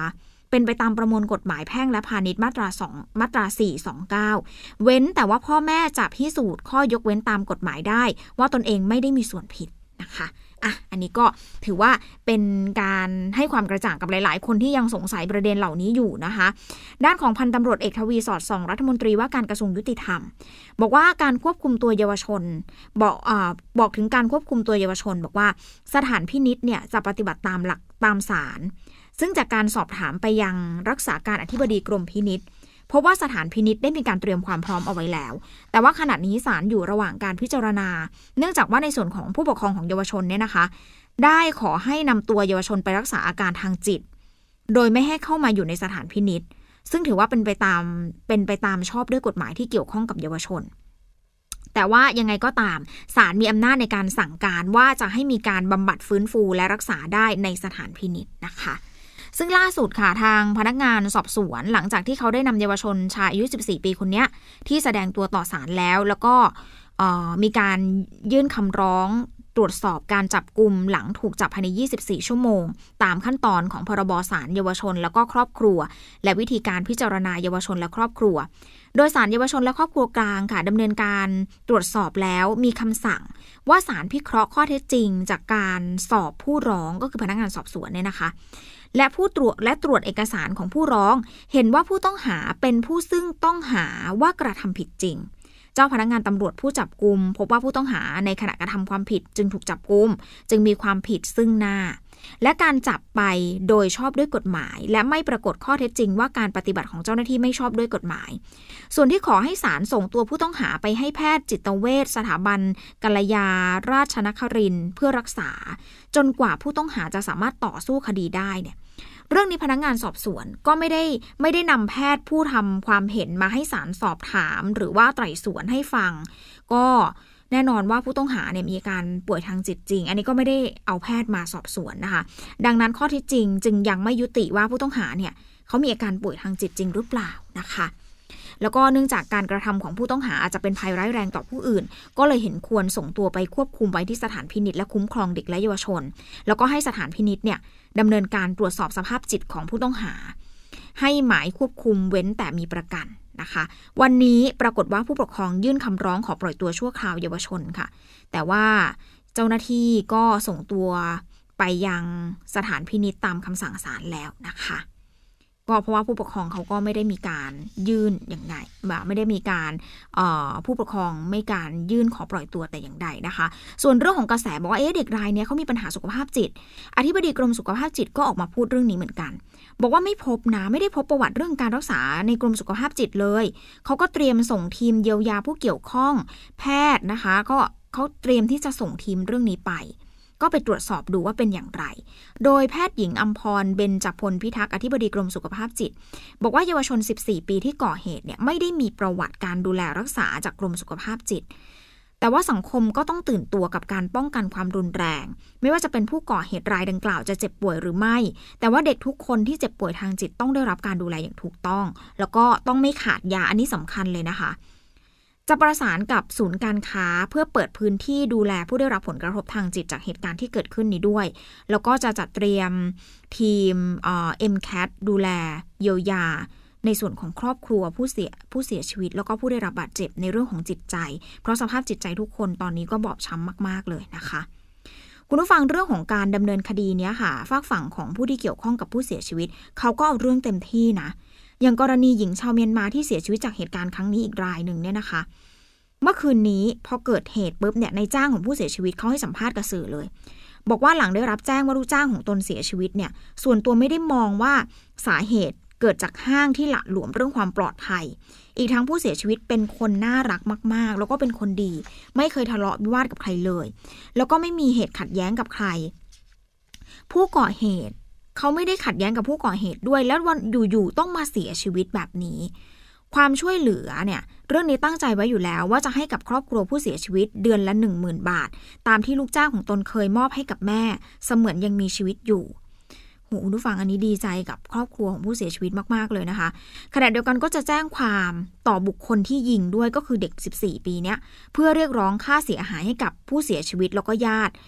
เป็นไปตามประมวลกฎหมายแพ่งและพาณิชย์มาตราสองมาตราสี่สองเก้าเว้นแต่ว่าพ่อแม่จะพิสูจน์ข้อยกเว้นตามกฎหมายได้ว่าตนเองไม่ได้มีส่วนผิดนะคะอ่ะอันนี้ก็ถือว่าเป็นการให้ความกระจ่างกับหลายๆคนที่ยังสงสัยประเด็นเหล่านี้อยู่นะคะด้านของพันตำรวจเอกทวีสอดส่องรัฐมนตรีว่าการกระทรวงยุติธรรมบอกว่าการควบคุมตัวเยาวชนบอกอ่าบอกถึงการควบคุมตัวเยาวชนบอกว่าสถานพินิจเนี่ยจะปฏิบัติตามหลักตามศาลซึ่งจากการสอบถามไปยังรักษาการอธิบดีกรมพินิจพบว่าสถานพินิจได้มีการเตรียมความพร้อมเอาไว้แล้วแต่ว่าขณะนี้ศาลอยู่ระหว่างการพิจารณาเนื่องจากว่าในส่วนของผู้ปกครองของเยาวชนเนี่ยนะคะได้ขอให้นำตัวเยาวชนไปรักษาอาการทางจิตโดยไม่ให้เข้ามาอยู่ในสถานพินิจซึ่งถือว่าเป็นไปตามเป็นไปตามชอบด้วยกฎหมายที่เกี่ยวข้องกับเยาวชนแต่ว่ายังไงก็ตามศาลมีอำนาจในการสั่งการว่าจะให้มีการบำบัดฟื้นฟูและรักษาได้ในสถานพินิจนะคะซึ่งล่าสุดค่ะทางพนักงานสอบสวนหลังจากที่เขาได้นำเยาวชนชายอายุสิบสี่ปีคนนี้ที่แสดงตัวต่อศาลแล้วแล้วก็มีการยื่นคำร้องตรวจสอบการจับกุมหลังถูกจับภายในยี่สิบสี่ชั่วโมงตามขั้นตอนของพรบศาลเยาวชนแล้วก็ครอบครัวและวิธีการพิจารณาเยาวชนและครอบครัวโดยศาลเยาวชนและครอบครัวกลางค่ะดำเนินการตรวจสอบแล้วมีคำสั่งว่าศาลพิเคราะห์ข้อเท็จจริงจากการสอบผู้ร้องก็คือพนักงานสอบสวนเนี่ยนะคะและผู้ตรวจและตรวจเอกสารของผู้ร้องเห็นว่าผู้ต้องหาเป็นผู้ซึ่งต้องหาว่ากระทำผิดจริงเจ้าพนักงานตำรวจผู้จับกุมพบว่าผู้ต้องหาในขณะกระทำความผิดจึงถูกจับกุมจึงมีความผิดซึ่งหน้าและการจับไปโดยชอบด้วยกฎหมายและไม่ปรากฏข้อเท็จจริงว่าการปฏิบัติของเจ้าหน้าที่ไม่ชอบด้วยกฎหมายส่วนที่ขอให้ศาลส่งตัวผู้ต้องหาไปให้แพทย์จิตเวชสถาบันกัลยาราชนครินทร์เพื่อรักษาจนกว่าผู้ต้องหาจะสามารถต่อสู้คดีได้เนี่ยเรื่องนี้พนักงานสอบสวนก็ไม่ได้ไม่ได้นำแพทย์ผู้ทำความเห็นมาให้ศาลสอบถามหรือว่าไตร่สวนให้ฟังก็แน่นอนว่าผู้ต้องหาเนี่ยมีอาการป่วยทางจิตจริงอันนี้ก็ไม่ได้เอาแพทย์มาสอบสวนนะคะดังนั้นข้อเท็จจริงจึงยังไม่ยุติว่าผู้ต้องหาเนี่ยเขามีอาการป่วยทางจิตจริงหรือเปล่านะคะแล้วก็เนื่องจากการกระทำของผู้ต้องหาอาจจะเป็นภัยร้ายแรงต่อผู้อื่นก็เลยเห็นควรส่งตัวไปควบคุมไว้ที่สถานพินิจและคุ้มครองเด็กและเยาวชนแล้วก็ให้สถานพินิจเนี่ยดำเนินการตรวจสอบสภาพจิตของผู้ต้องหาให้หมายควบคุมเว้นแต่มีประกันนะคะวันนี้ปรากฏว่าผู้ปกครองยื่นคำร้องขอปล่อยตัวชั่วคราวเยาวชนค่ะแต่ว่าเจ้าหน้าที่ก็ส่งตัวไปยังสถานพินิจตามคำสั่งศาลแล้วนะคะก็เพราะว่าผู้ปกครองเขาก็ไม่ได้มีการยื่นอย่างใดแบบไม่ได้มีการผู้ปกครองไม่การยื่นขอปล่อยตัวแต่อย่างใดนะคะส่วนเรื่องของกระแสบอกว่าเอ๊ะเด็กรายนี้เขามีปัญหาสุขภาพจิตอธิบดีกรมสุขภาพจิตก็ออกมาพูดเรื่องนี้เหมือนกันบอกว่าไม่พบนะไม่ได้พบประวัติเรื่องการรักษาในกรมสุขภาพจิตเลยเขาก็เตรียมส่งทีมเยียวยาผู้เกี่ยวข้องแพทย์นะคะก็เขาเตรียมที่จะส่งทีมเรื่องนี้ไปก็ไปตรวจสอบดูว่าเป็นอย่างไรโดยแพทย์หญิงอัมพรเบญจพลพิทักษ์อธิบดีกรมสุขภาพจิตบอกว่าเยาวชนสิบสี่ปีที่ก่อเหตุเนี่ยไม่ได้มีประวัติการดูแลรักษาจากกรมสุขภาพจิตแต่ว่าสังคมก็ต้องตื่นตัวกับการป้องกันความรุนแรงไม่ว่าจะเป็นผู้ก่อเหตุรายดังกล่าวจะเจ็บป่วยหรือไม่แต่ว่าเด็กทุกคนที่เจ็บป่วยทางจิตต้องได้รับการดูแลอย่างถูกต้องแล้วก็ต้องไม่ขาดยาอันนี้สำคัญเลยนะคะจะประสานกับศูนย์การค้าเพื่อเปิดพื้นที่ดูแลผู้ได้รับผลกระทบทางจิตจากเหตุการณ์ที่เกิดขึ้นนี้ด้วยแล้วก็จะจัดเตรียมทีมเอ่อ เอ็ม แคท ดูแลเยียวยาในส่วนของครอบครัวผู้เสียผู้เสียชีวิตแล้วก็ผู้ได้รับบาดเจ็บในเรื่องของจิตใจเพราะสภาพจิตใจทุกคนตอนนี้ก็บอบช้ำมากๆเลยนะคะคุณผู้ฟังเรื่องของการดำเนินคดีนี้ค่ะฝากฝั่งของผู้ที่เกี่ยวข้องกับผู้เสียชีวิตเขาก็เอาเรื่องเต็มที่นะอย่างกรณีหญิงชาวเมียนมาที่เสียชีวิตจากเหตุการณ์ครั้งนี้อีกรายหนึ่งเนี่ยนะคะเมื่อคืนนี้พอเกิดเหตุปุ๊บเนี่ยนายจ้างของผู้เสียชีวิตเขาให้สัมภาษณ์กับสื่อเลยบอกว่าหลังได้รับแจ้งว่าลูกจ้างของตนเสียชีวิตเนี่ยส่วนตัวไม่ได้มองว่าสาเหตุเกิดจากห้างที่หละหลวมเรื่องความปลอดภัยอีกทั้งผู้เสียชีวิตเป็นคนน่ารักมากๆแล้วก็เป็นคนดีไม่เคยทะเลาะวิวาทกับใครเลยแล้วก็ไม่มีเหตุขัดแย้งกับใครผู้ก่อเหตุเขาไม่ได้ขัดแย้งกับผู้ก่อเหตุด้วยแล้ววันอยู่ๆต้องมาเสียชีวิตแบบนี้ความช่วยเหลือเนี่ยเรื่องนี้ตั้งใจไว้อยู่แล้วว่าจะให้กับครอบครัวผู้เสียชีวิตเดือนละ หนึ่งหมื่น บาทตามที่ลูกจ้างของตนเคยมอบให้กับแม่เสมือนยังมีชีวิตอยู่โหคุณผู้ฟังอันนี้ดีใจกับครอบครัวของผู้เสียชีวิตมากๆเลยนะคะขณะเดียวกันก็จะแจ้งความต่อบุคคลที่ยิงด้วยก็คือเด็กสิบสี่ปีเนี้ยเพื่อเรียกร้องค่าเสียหายให้กับผู้เสียชีวิตแล้วก็ญาติ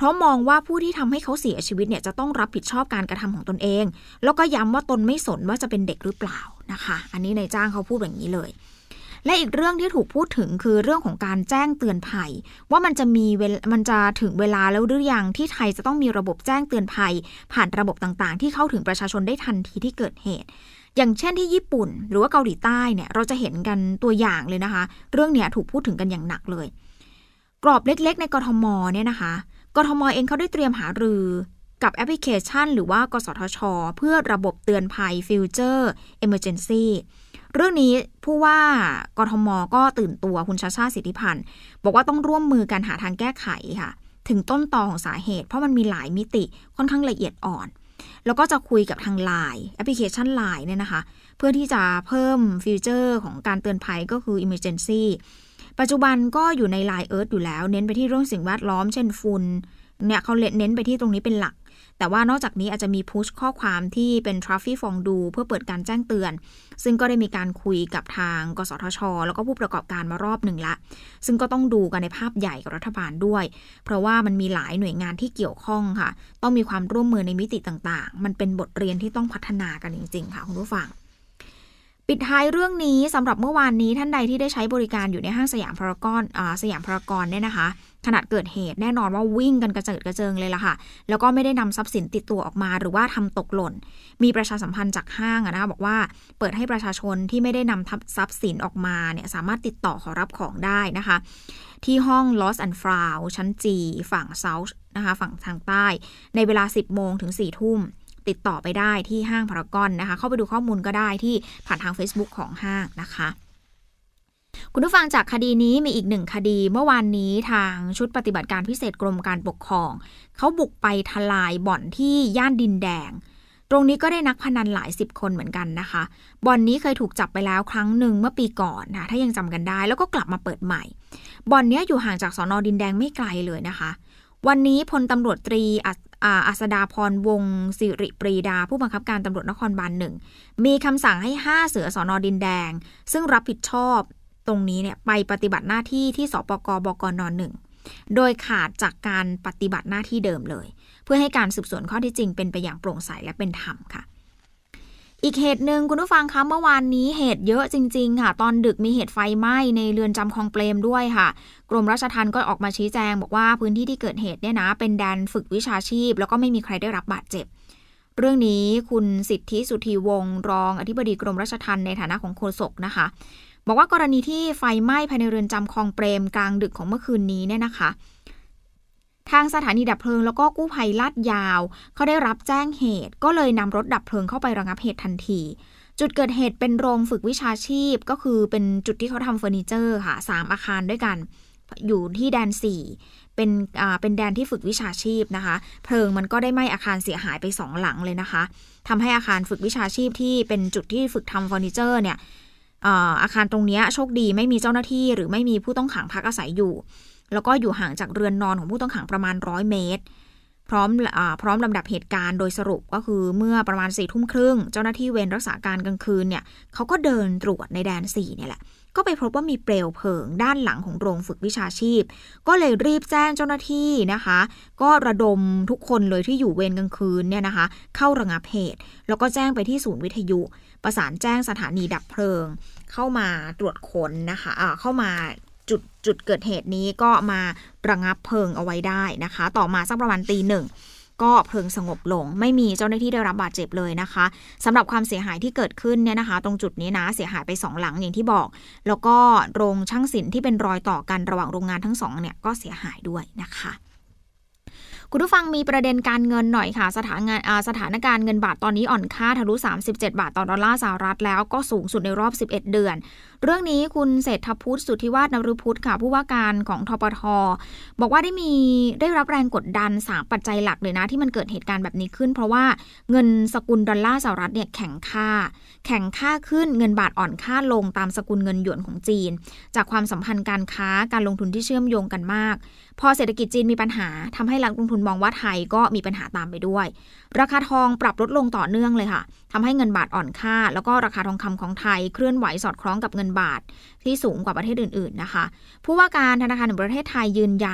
เพราะมองว่าผู้ที่ทำให้เขาเสียชีวิตเนี่ยจะต้องรับผิดชอบการกระทำของตนเองแล้วก็ย้ำว่าตนไม่สนว่าจะเป็นเด็กหรือเปล่านะคะอันนี้นายจ้างเขาพูดแบบนี้เลยและอีกเรื่องที่ถูกพูดถึงคือเรื่องของการแจ้งเตือนภัยว่ามันจะมีเวลมันจะถึงเวลาแล้วหรือยังที่ไทยจะต้องมีระบบแจ้งเตือนภัยผ่านระบบต่างๆที่เข้าถึงประชาชนได้ทันทีที่เกิดเหตุอย่างเช่นที่ญี่ปุ่นหรือว่าเกาหลีใต้เนี่ยเราจะเห็นกันตัวอย่างเลยนะคะเรื่องเนี้ยถูกพูดถึงกันอย่างหนักเลยกรอบเล็กๆในกทมเนี่ยนะคะกทมเองเขาได้เตรียมหารือกับแอปพลิเคชันหรือว่ากสทช.เพื่อระบบเตือนภัย Future Emergency เรื่องนี้ผู้ว่ากทมก็ตื่นตัวคุณชาชาติสิทธิพันธ์บอกว่าต้องร่วมมือกันหาทางแก้ไขค่ะถึงต้นตอของสาเหตุเพราะมันมีหลายมิติค่อนข้างละเอียดอ่อนแล้วก็จะคุยกับทาง ไลน์ แอปพลิเคชัน ไลน์ เนี่ยนะคะเพื่อที่จะเพิ่มฟีเจอร์ของการเตือนภัยก็คือ Emergency ปัจจุบันก็อยู่ใน ไลน์ Earth อยู่แล้วเน้นไปที่เรื่องสิ่งแวดล้อมเช่นฝุ่นเนี่ยเขาเน้นไปที่ตรงนี้เป็นหลักแต่ว่านอกจากนี้อาจจะมีพุชข้อความที่เป็น Traffic Fondue เพื่อเปิดการแจ้งเตือนซึ่งก็ได้มีการคุยกับทางกสทช.แล้วก็ผู้ประกอบการมารอบหนึ่งละซึ่งก็ต้องดูกันในภาพใหญ่กับรัฐบาลด้วยเพราะว่ามันมีหลายหน่วยงานที่เกี่ยวข้องค่ะต้องมีความร่วมมือในมิติต่างๆมันเป็นบทเรียนที่ต้องพัฒนากันจริงๆค่ะคุณผู้ฟังปิดท้ายเรื่องนี้สำหรับเมื่อวานนี้ท่านใดที่ได้ใช้บริการอยู่ในห้างสยามพารากอนอ่าสยามพารากอนเนี่ยนะคะขณะเกิดเหตุแน่นอนว่าวิ่งกันกระเจิดกระเจิงเลยล่ะค่ะแล้วก็ไม่ได้นำทรัพย์สินติดตัวออกมาหรือว่าทำตกหล่นมีประชาสัมพันธ์จากห้างนะคะบอกว่าเปิดให้ประชาชนที่ไม่ได้นำทรัพย์สินออกมาเนี่ยสามารถติดต่อขอรับของได้นะคะที่ห้อง Lost and Found ชั้น G ฝั่ง South นะคะฝั่งทางใต้ในเวลา สิบโมงถึง สี่ทุ่มติดต่อไปได้ที่ห้างพารากอนนะคะเข้าไปดูข้อมูลก็ได้ที่ผ่านทาง Facebook ของห้างนะคะคุณผู้ฟังจากคดีนี้มีอีกหนึ่งคดีเมื่อวานนี้ทางชุดปฏิบัติการพิเศษกรมการปกครองเขาบุกไปทลายบ่อนที่ย่านดินแดงตรงนี้ก็ได้นักพนันหลายสิบคนเหมือนกันนะคะบ่อนนี้เคยถูกจับไปแล้วครั้งหนึ่งเมื่อปีก่อนนะถ้ายังจำกันได้แล้วก็กลับมาเปิดใหม่บ่อนนี้อยู่ห่างจากสน.ดินแดงไม่ไกลเลยนะคะวันนี้พลตำรวจตรีอัสดาพรวงศ์สิริปรีดาผู้บังคับการตำรวจนครบาลหนึ่งมีคำสั่งให้ห้าเสือสน.ดินแดงซึ่งรับผิดชอบตรงนี้เนี่ยไปปฏิบัติหน้าที่ที่สปก.บกน.หนึ่งโดยขาดจากการปฏิบัติหน้าที่เดิมเลยเพื่อให้การสืบสวนข้อเท็จจริงเป็นไปอย่างโปร่งใสและเป็นธรรมค่ะอีกเหตุหนึ่งคุณผู้ฟังคะเมื่อวานนี้เหตุเยอะจริงๆค่ะตอนดึกมีเหตุไฟไหม้ในเรือนจำคลองเปรมด้วยค่ะกรมราชทัณฑ์ก็ออกมาชี้แจงบอกว่าพื้นที่ที่เกิดเหตุเนี่ยนะเป็นแดนฝึกวิชาชีพแล้วก็ไม่มีใครได้รับบาดเจ็บเรื่องนี้คุณสิทธิสุธีวงศ์รองอธิบดีกรมราชทัณฑ์ในฐานะของโฆษกนะคะบอกว่ากรณีที่ไฟไหม้ภายในเรือนจำคลองเปรมกลางดึกของเมื่อคืนนี้เนี่ยนะคะทางสถานีดับเพลิงแล้วก็กู้ภัยลาดยาวเขาได้รับแจ้งเหตุก็เลยนำรถดับเพลิงเข้าไประงับเหตุทันทีจุดเกิดเหตุเป็นโรงฝึกวิชาชีพก็คือเป็นจุดที่เขาทำเฟอร์นิเจอร์ค่ะสามอาคารด้วยกันอยู่ที่แดนสี่เป็นอ่าเป็นแดนที่ฝึกวิชาชีพนะคะเพลิงมันก็ได้ไหม้อาคารเสียหายไปสองหลังเลยนะคะทำให้อาคารฝึกวิชาชีพที่เป็นจุดที่ฝึกทำเฟอร์นิเจอร์เนี่ยอาคารตรงนี้โชคดีไม่มีเจ้าหน้าที่หรือไม่มีผู้ต้องขังพักอาศัยอยู่แล้วก็อยู่ห่างจากเรือนนอนของผู้ต้องขังประมาณร้อยเมตรพร้อมอ่าพร้อมลำดับเหตุการณ์โดยสรุปก็คือเมื่อประมาณสี่ทุ่มครึ่งเจ้าหน้าที่เวรรักษาการกลางคืนเนี่ยเขาก็เดินตรวจในแดนสี่เนี่ยแหละก็ไปพบว่ามีเปลวเพลิงด้านหลังของโรงฝึกวิชาชีพก็เลยรีบแจ้งเจ้าหน้าที่นะคะก็ระดมทุกคนเลยที่อยู่เวรกลางคืนเนี่ยนะคะเข้าระงับเหตุแล้วก็แจ้งไปที่ศูนย์วิทยุประสานแจ้งสถานีดับเพลิงเข้ามาตรวจค้นนะคะอ่าเข้ามาจุดจุดเกิดเหตุนี้ก็มาระงับเพลิงเอาไว้ได้นะคะต่อมาสักประมาณตีหนึ่งก็เพลิงสงบลงไม่มีเจ้าหน้าที่ได้รับบาดเจ็บเลยนะคะสำหรับความเสียหายที่เกิดขึ้นเนี่ยนะคะตรงจุดนี้นะเสียหายไปสองหลังอย่างที่บอกแล้วก็โรงช่างศิลป์ที่เป็นรอยต่อกันระหว่างโรงงานทั้งสองเนี่ยก็เสียหายด้วยนะคะคุณผู้ฟังมีประเด็นการเงินหน่อยค่ะสถานงานสถานการณ์เงินบาทตอนนี้อ่อนค่าทะลุสามสิบเจ็ดบาทต่อดอลลาร์สหรัฐแล้วก็สูงสุดในรอบสิบเอ็ดเดือนเรื่องนี้คุณเศรษฐพุทธสุทธิวาฒนฤพุทธค่ะผู้ว่าการของธปท.บอกว่าได้มีได้รับแรงกดดันสามปัจจัยหลักเลยนะที่มันเกิดเหตุการณ์แบบนี้ขึ้นเพราะว่าเงินสกุลดอลลาร์สหรัฐเนี่ยแข็งค่าแข็งค่าขึ้นเงินบาทอ่อนค่าลงตามสกุลเงินหยวนของจีนจากความสัมพันธ์การค้าการลงทุนที่เชื่อมโยงกันมากพอเศรษฐกิจจีนมีปัญหาทำให้นักลงทุนมองว่าไทยก็มีปัญหาตามไปด้วยราคาทองปรับลดลงต่อเนื่องเลยค่ะทำให้เงินบาทอ่อนค่าแล้วก็ราคาทองคำของไทยเคลื่อนไหวสอดคล้องกับเงินบาทที่สูงกว่าประเทศอื่นๆนะคะผู้ว่าการธนาคารแห่งประเทศไทยยืนยัน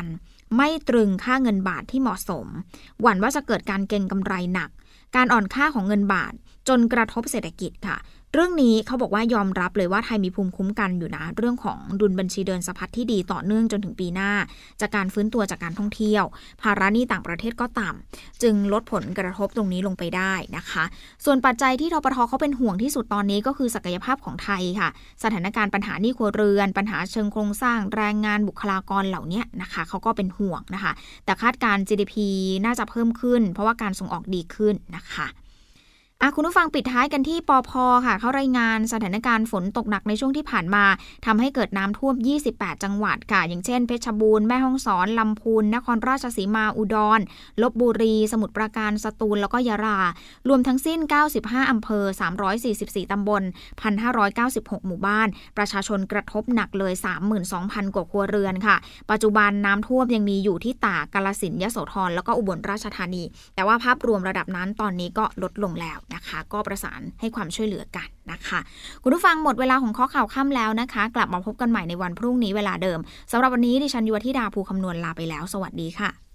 ไม่ตรึงค่าเงินบาทที่เหมาะสมหวั่นว่าจะเกิดการเก็งกำไรหนักการอ่อนค่าของเงินบาทจนกระทบเศรษฐกิจค่ะเรื่องนี้เขาบอกว่ายอมรับเลยว่าไทยมีภูมิคุ้มกันอยู่นะเรื่องของดุลบัญชีเดินสะพัดที่ดีต่อเนื่องจนถึงปีหน้าจากการฟื้นตัวจากการท่องเที่ยวภาระหนี้ต่างประเทศก็ต่ำจึงลดผลกระทบตรงนี้ลงไปได้นะคะส่วนปัจจัยที่ธปท.เขาเป็นห่วงที่สุดตอนนี้ก็คือศักยภาพของไทยค่ะสถานการณ์ปัญหาหนี้ครัวเรือนปัญหาเชิงโครงสร้างแรงงานบุคลากรเหล่านี้นะคะเขาก็เป็นห่วงนะคะแต่คาดการ จี ดี พี น่าจะเพิ่มขึ้นเพราะว่าการส่งออกดีขึ้นนะคะอ่ะคุณผู้ฟังปิดท้ายกันที่ปภ.ค่ะเขารายงานสถานการณ์ฝนตกหนักในช่วงที่ผ่านมาทำให้เกิดน้ำท่วมยี่สิบแปดจังหวัดค่ะอย่างเช่นเพชรบูรณ์แม่ฮ่องสอนลำพูนนครราชสีมาอุดรลพบุรีสมุทรปราการสตูลแล้วก็ยะลารวมทั้งสิ้นเก้าสิบห้าอำเภอสามร้อยสี่สิบสี่ตำบล หนึ่งพันห้าร้อยเก้าสิบหก หมู่บ้านประชาชนกระทบหนักเลย สามหมื่นสองพัน กว่าครัวเรือนค่ะปัจจุบันน้ำท่วมยังมีอยู่ที่ตากกาฬสินธุ์ยโสธรแล้วก็อุบลราชธานีแต่ว่าภาพรวมระดับนั้นตอนนี้ก็ลดลงแล้วนะคะก็ประสานให้ความช่วยเหลือกันนะคะคุณผู้ฟังหมดเวลาของข้อข่าวค่ำแล้วนะคะกลับมาพบกันใหม่ในวันพรุ่งนี้เวลาเดิมสำหรับวันนี้ดิฉันยุวธิดาภูคำนวณลาไปแล้วสวัสดีค่ะ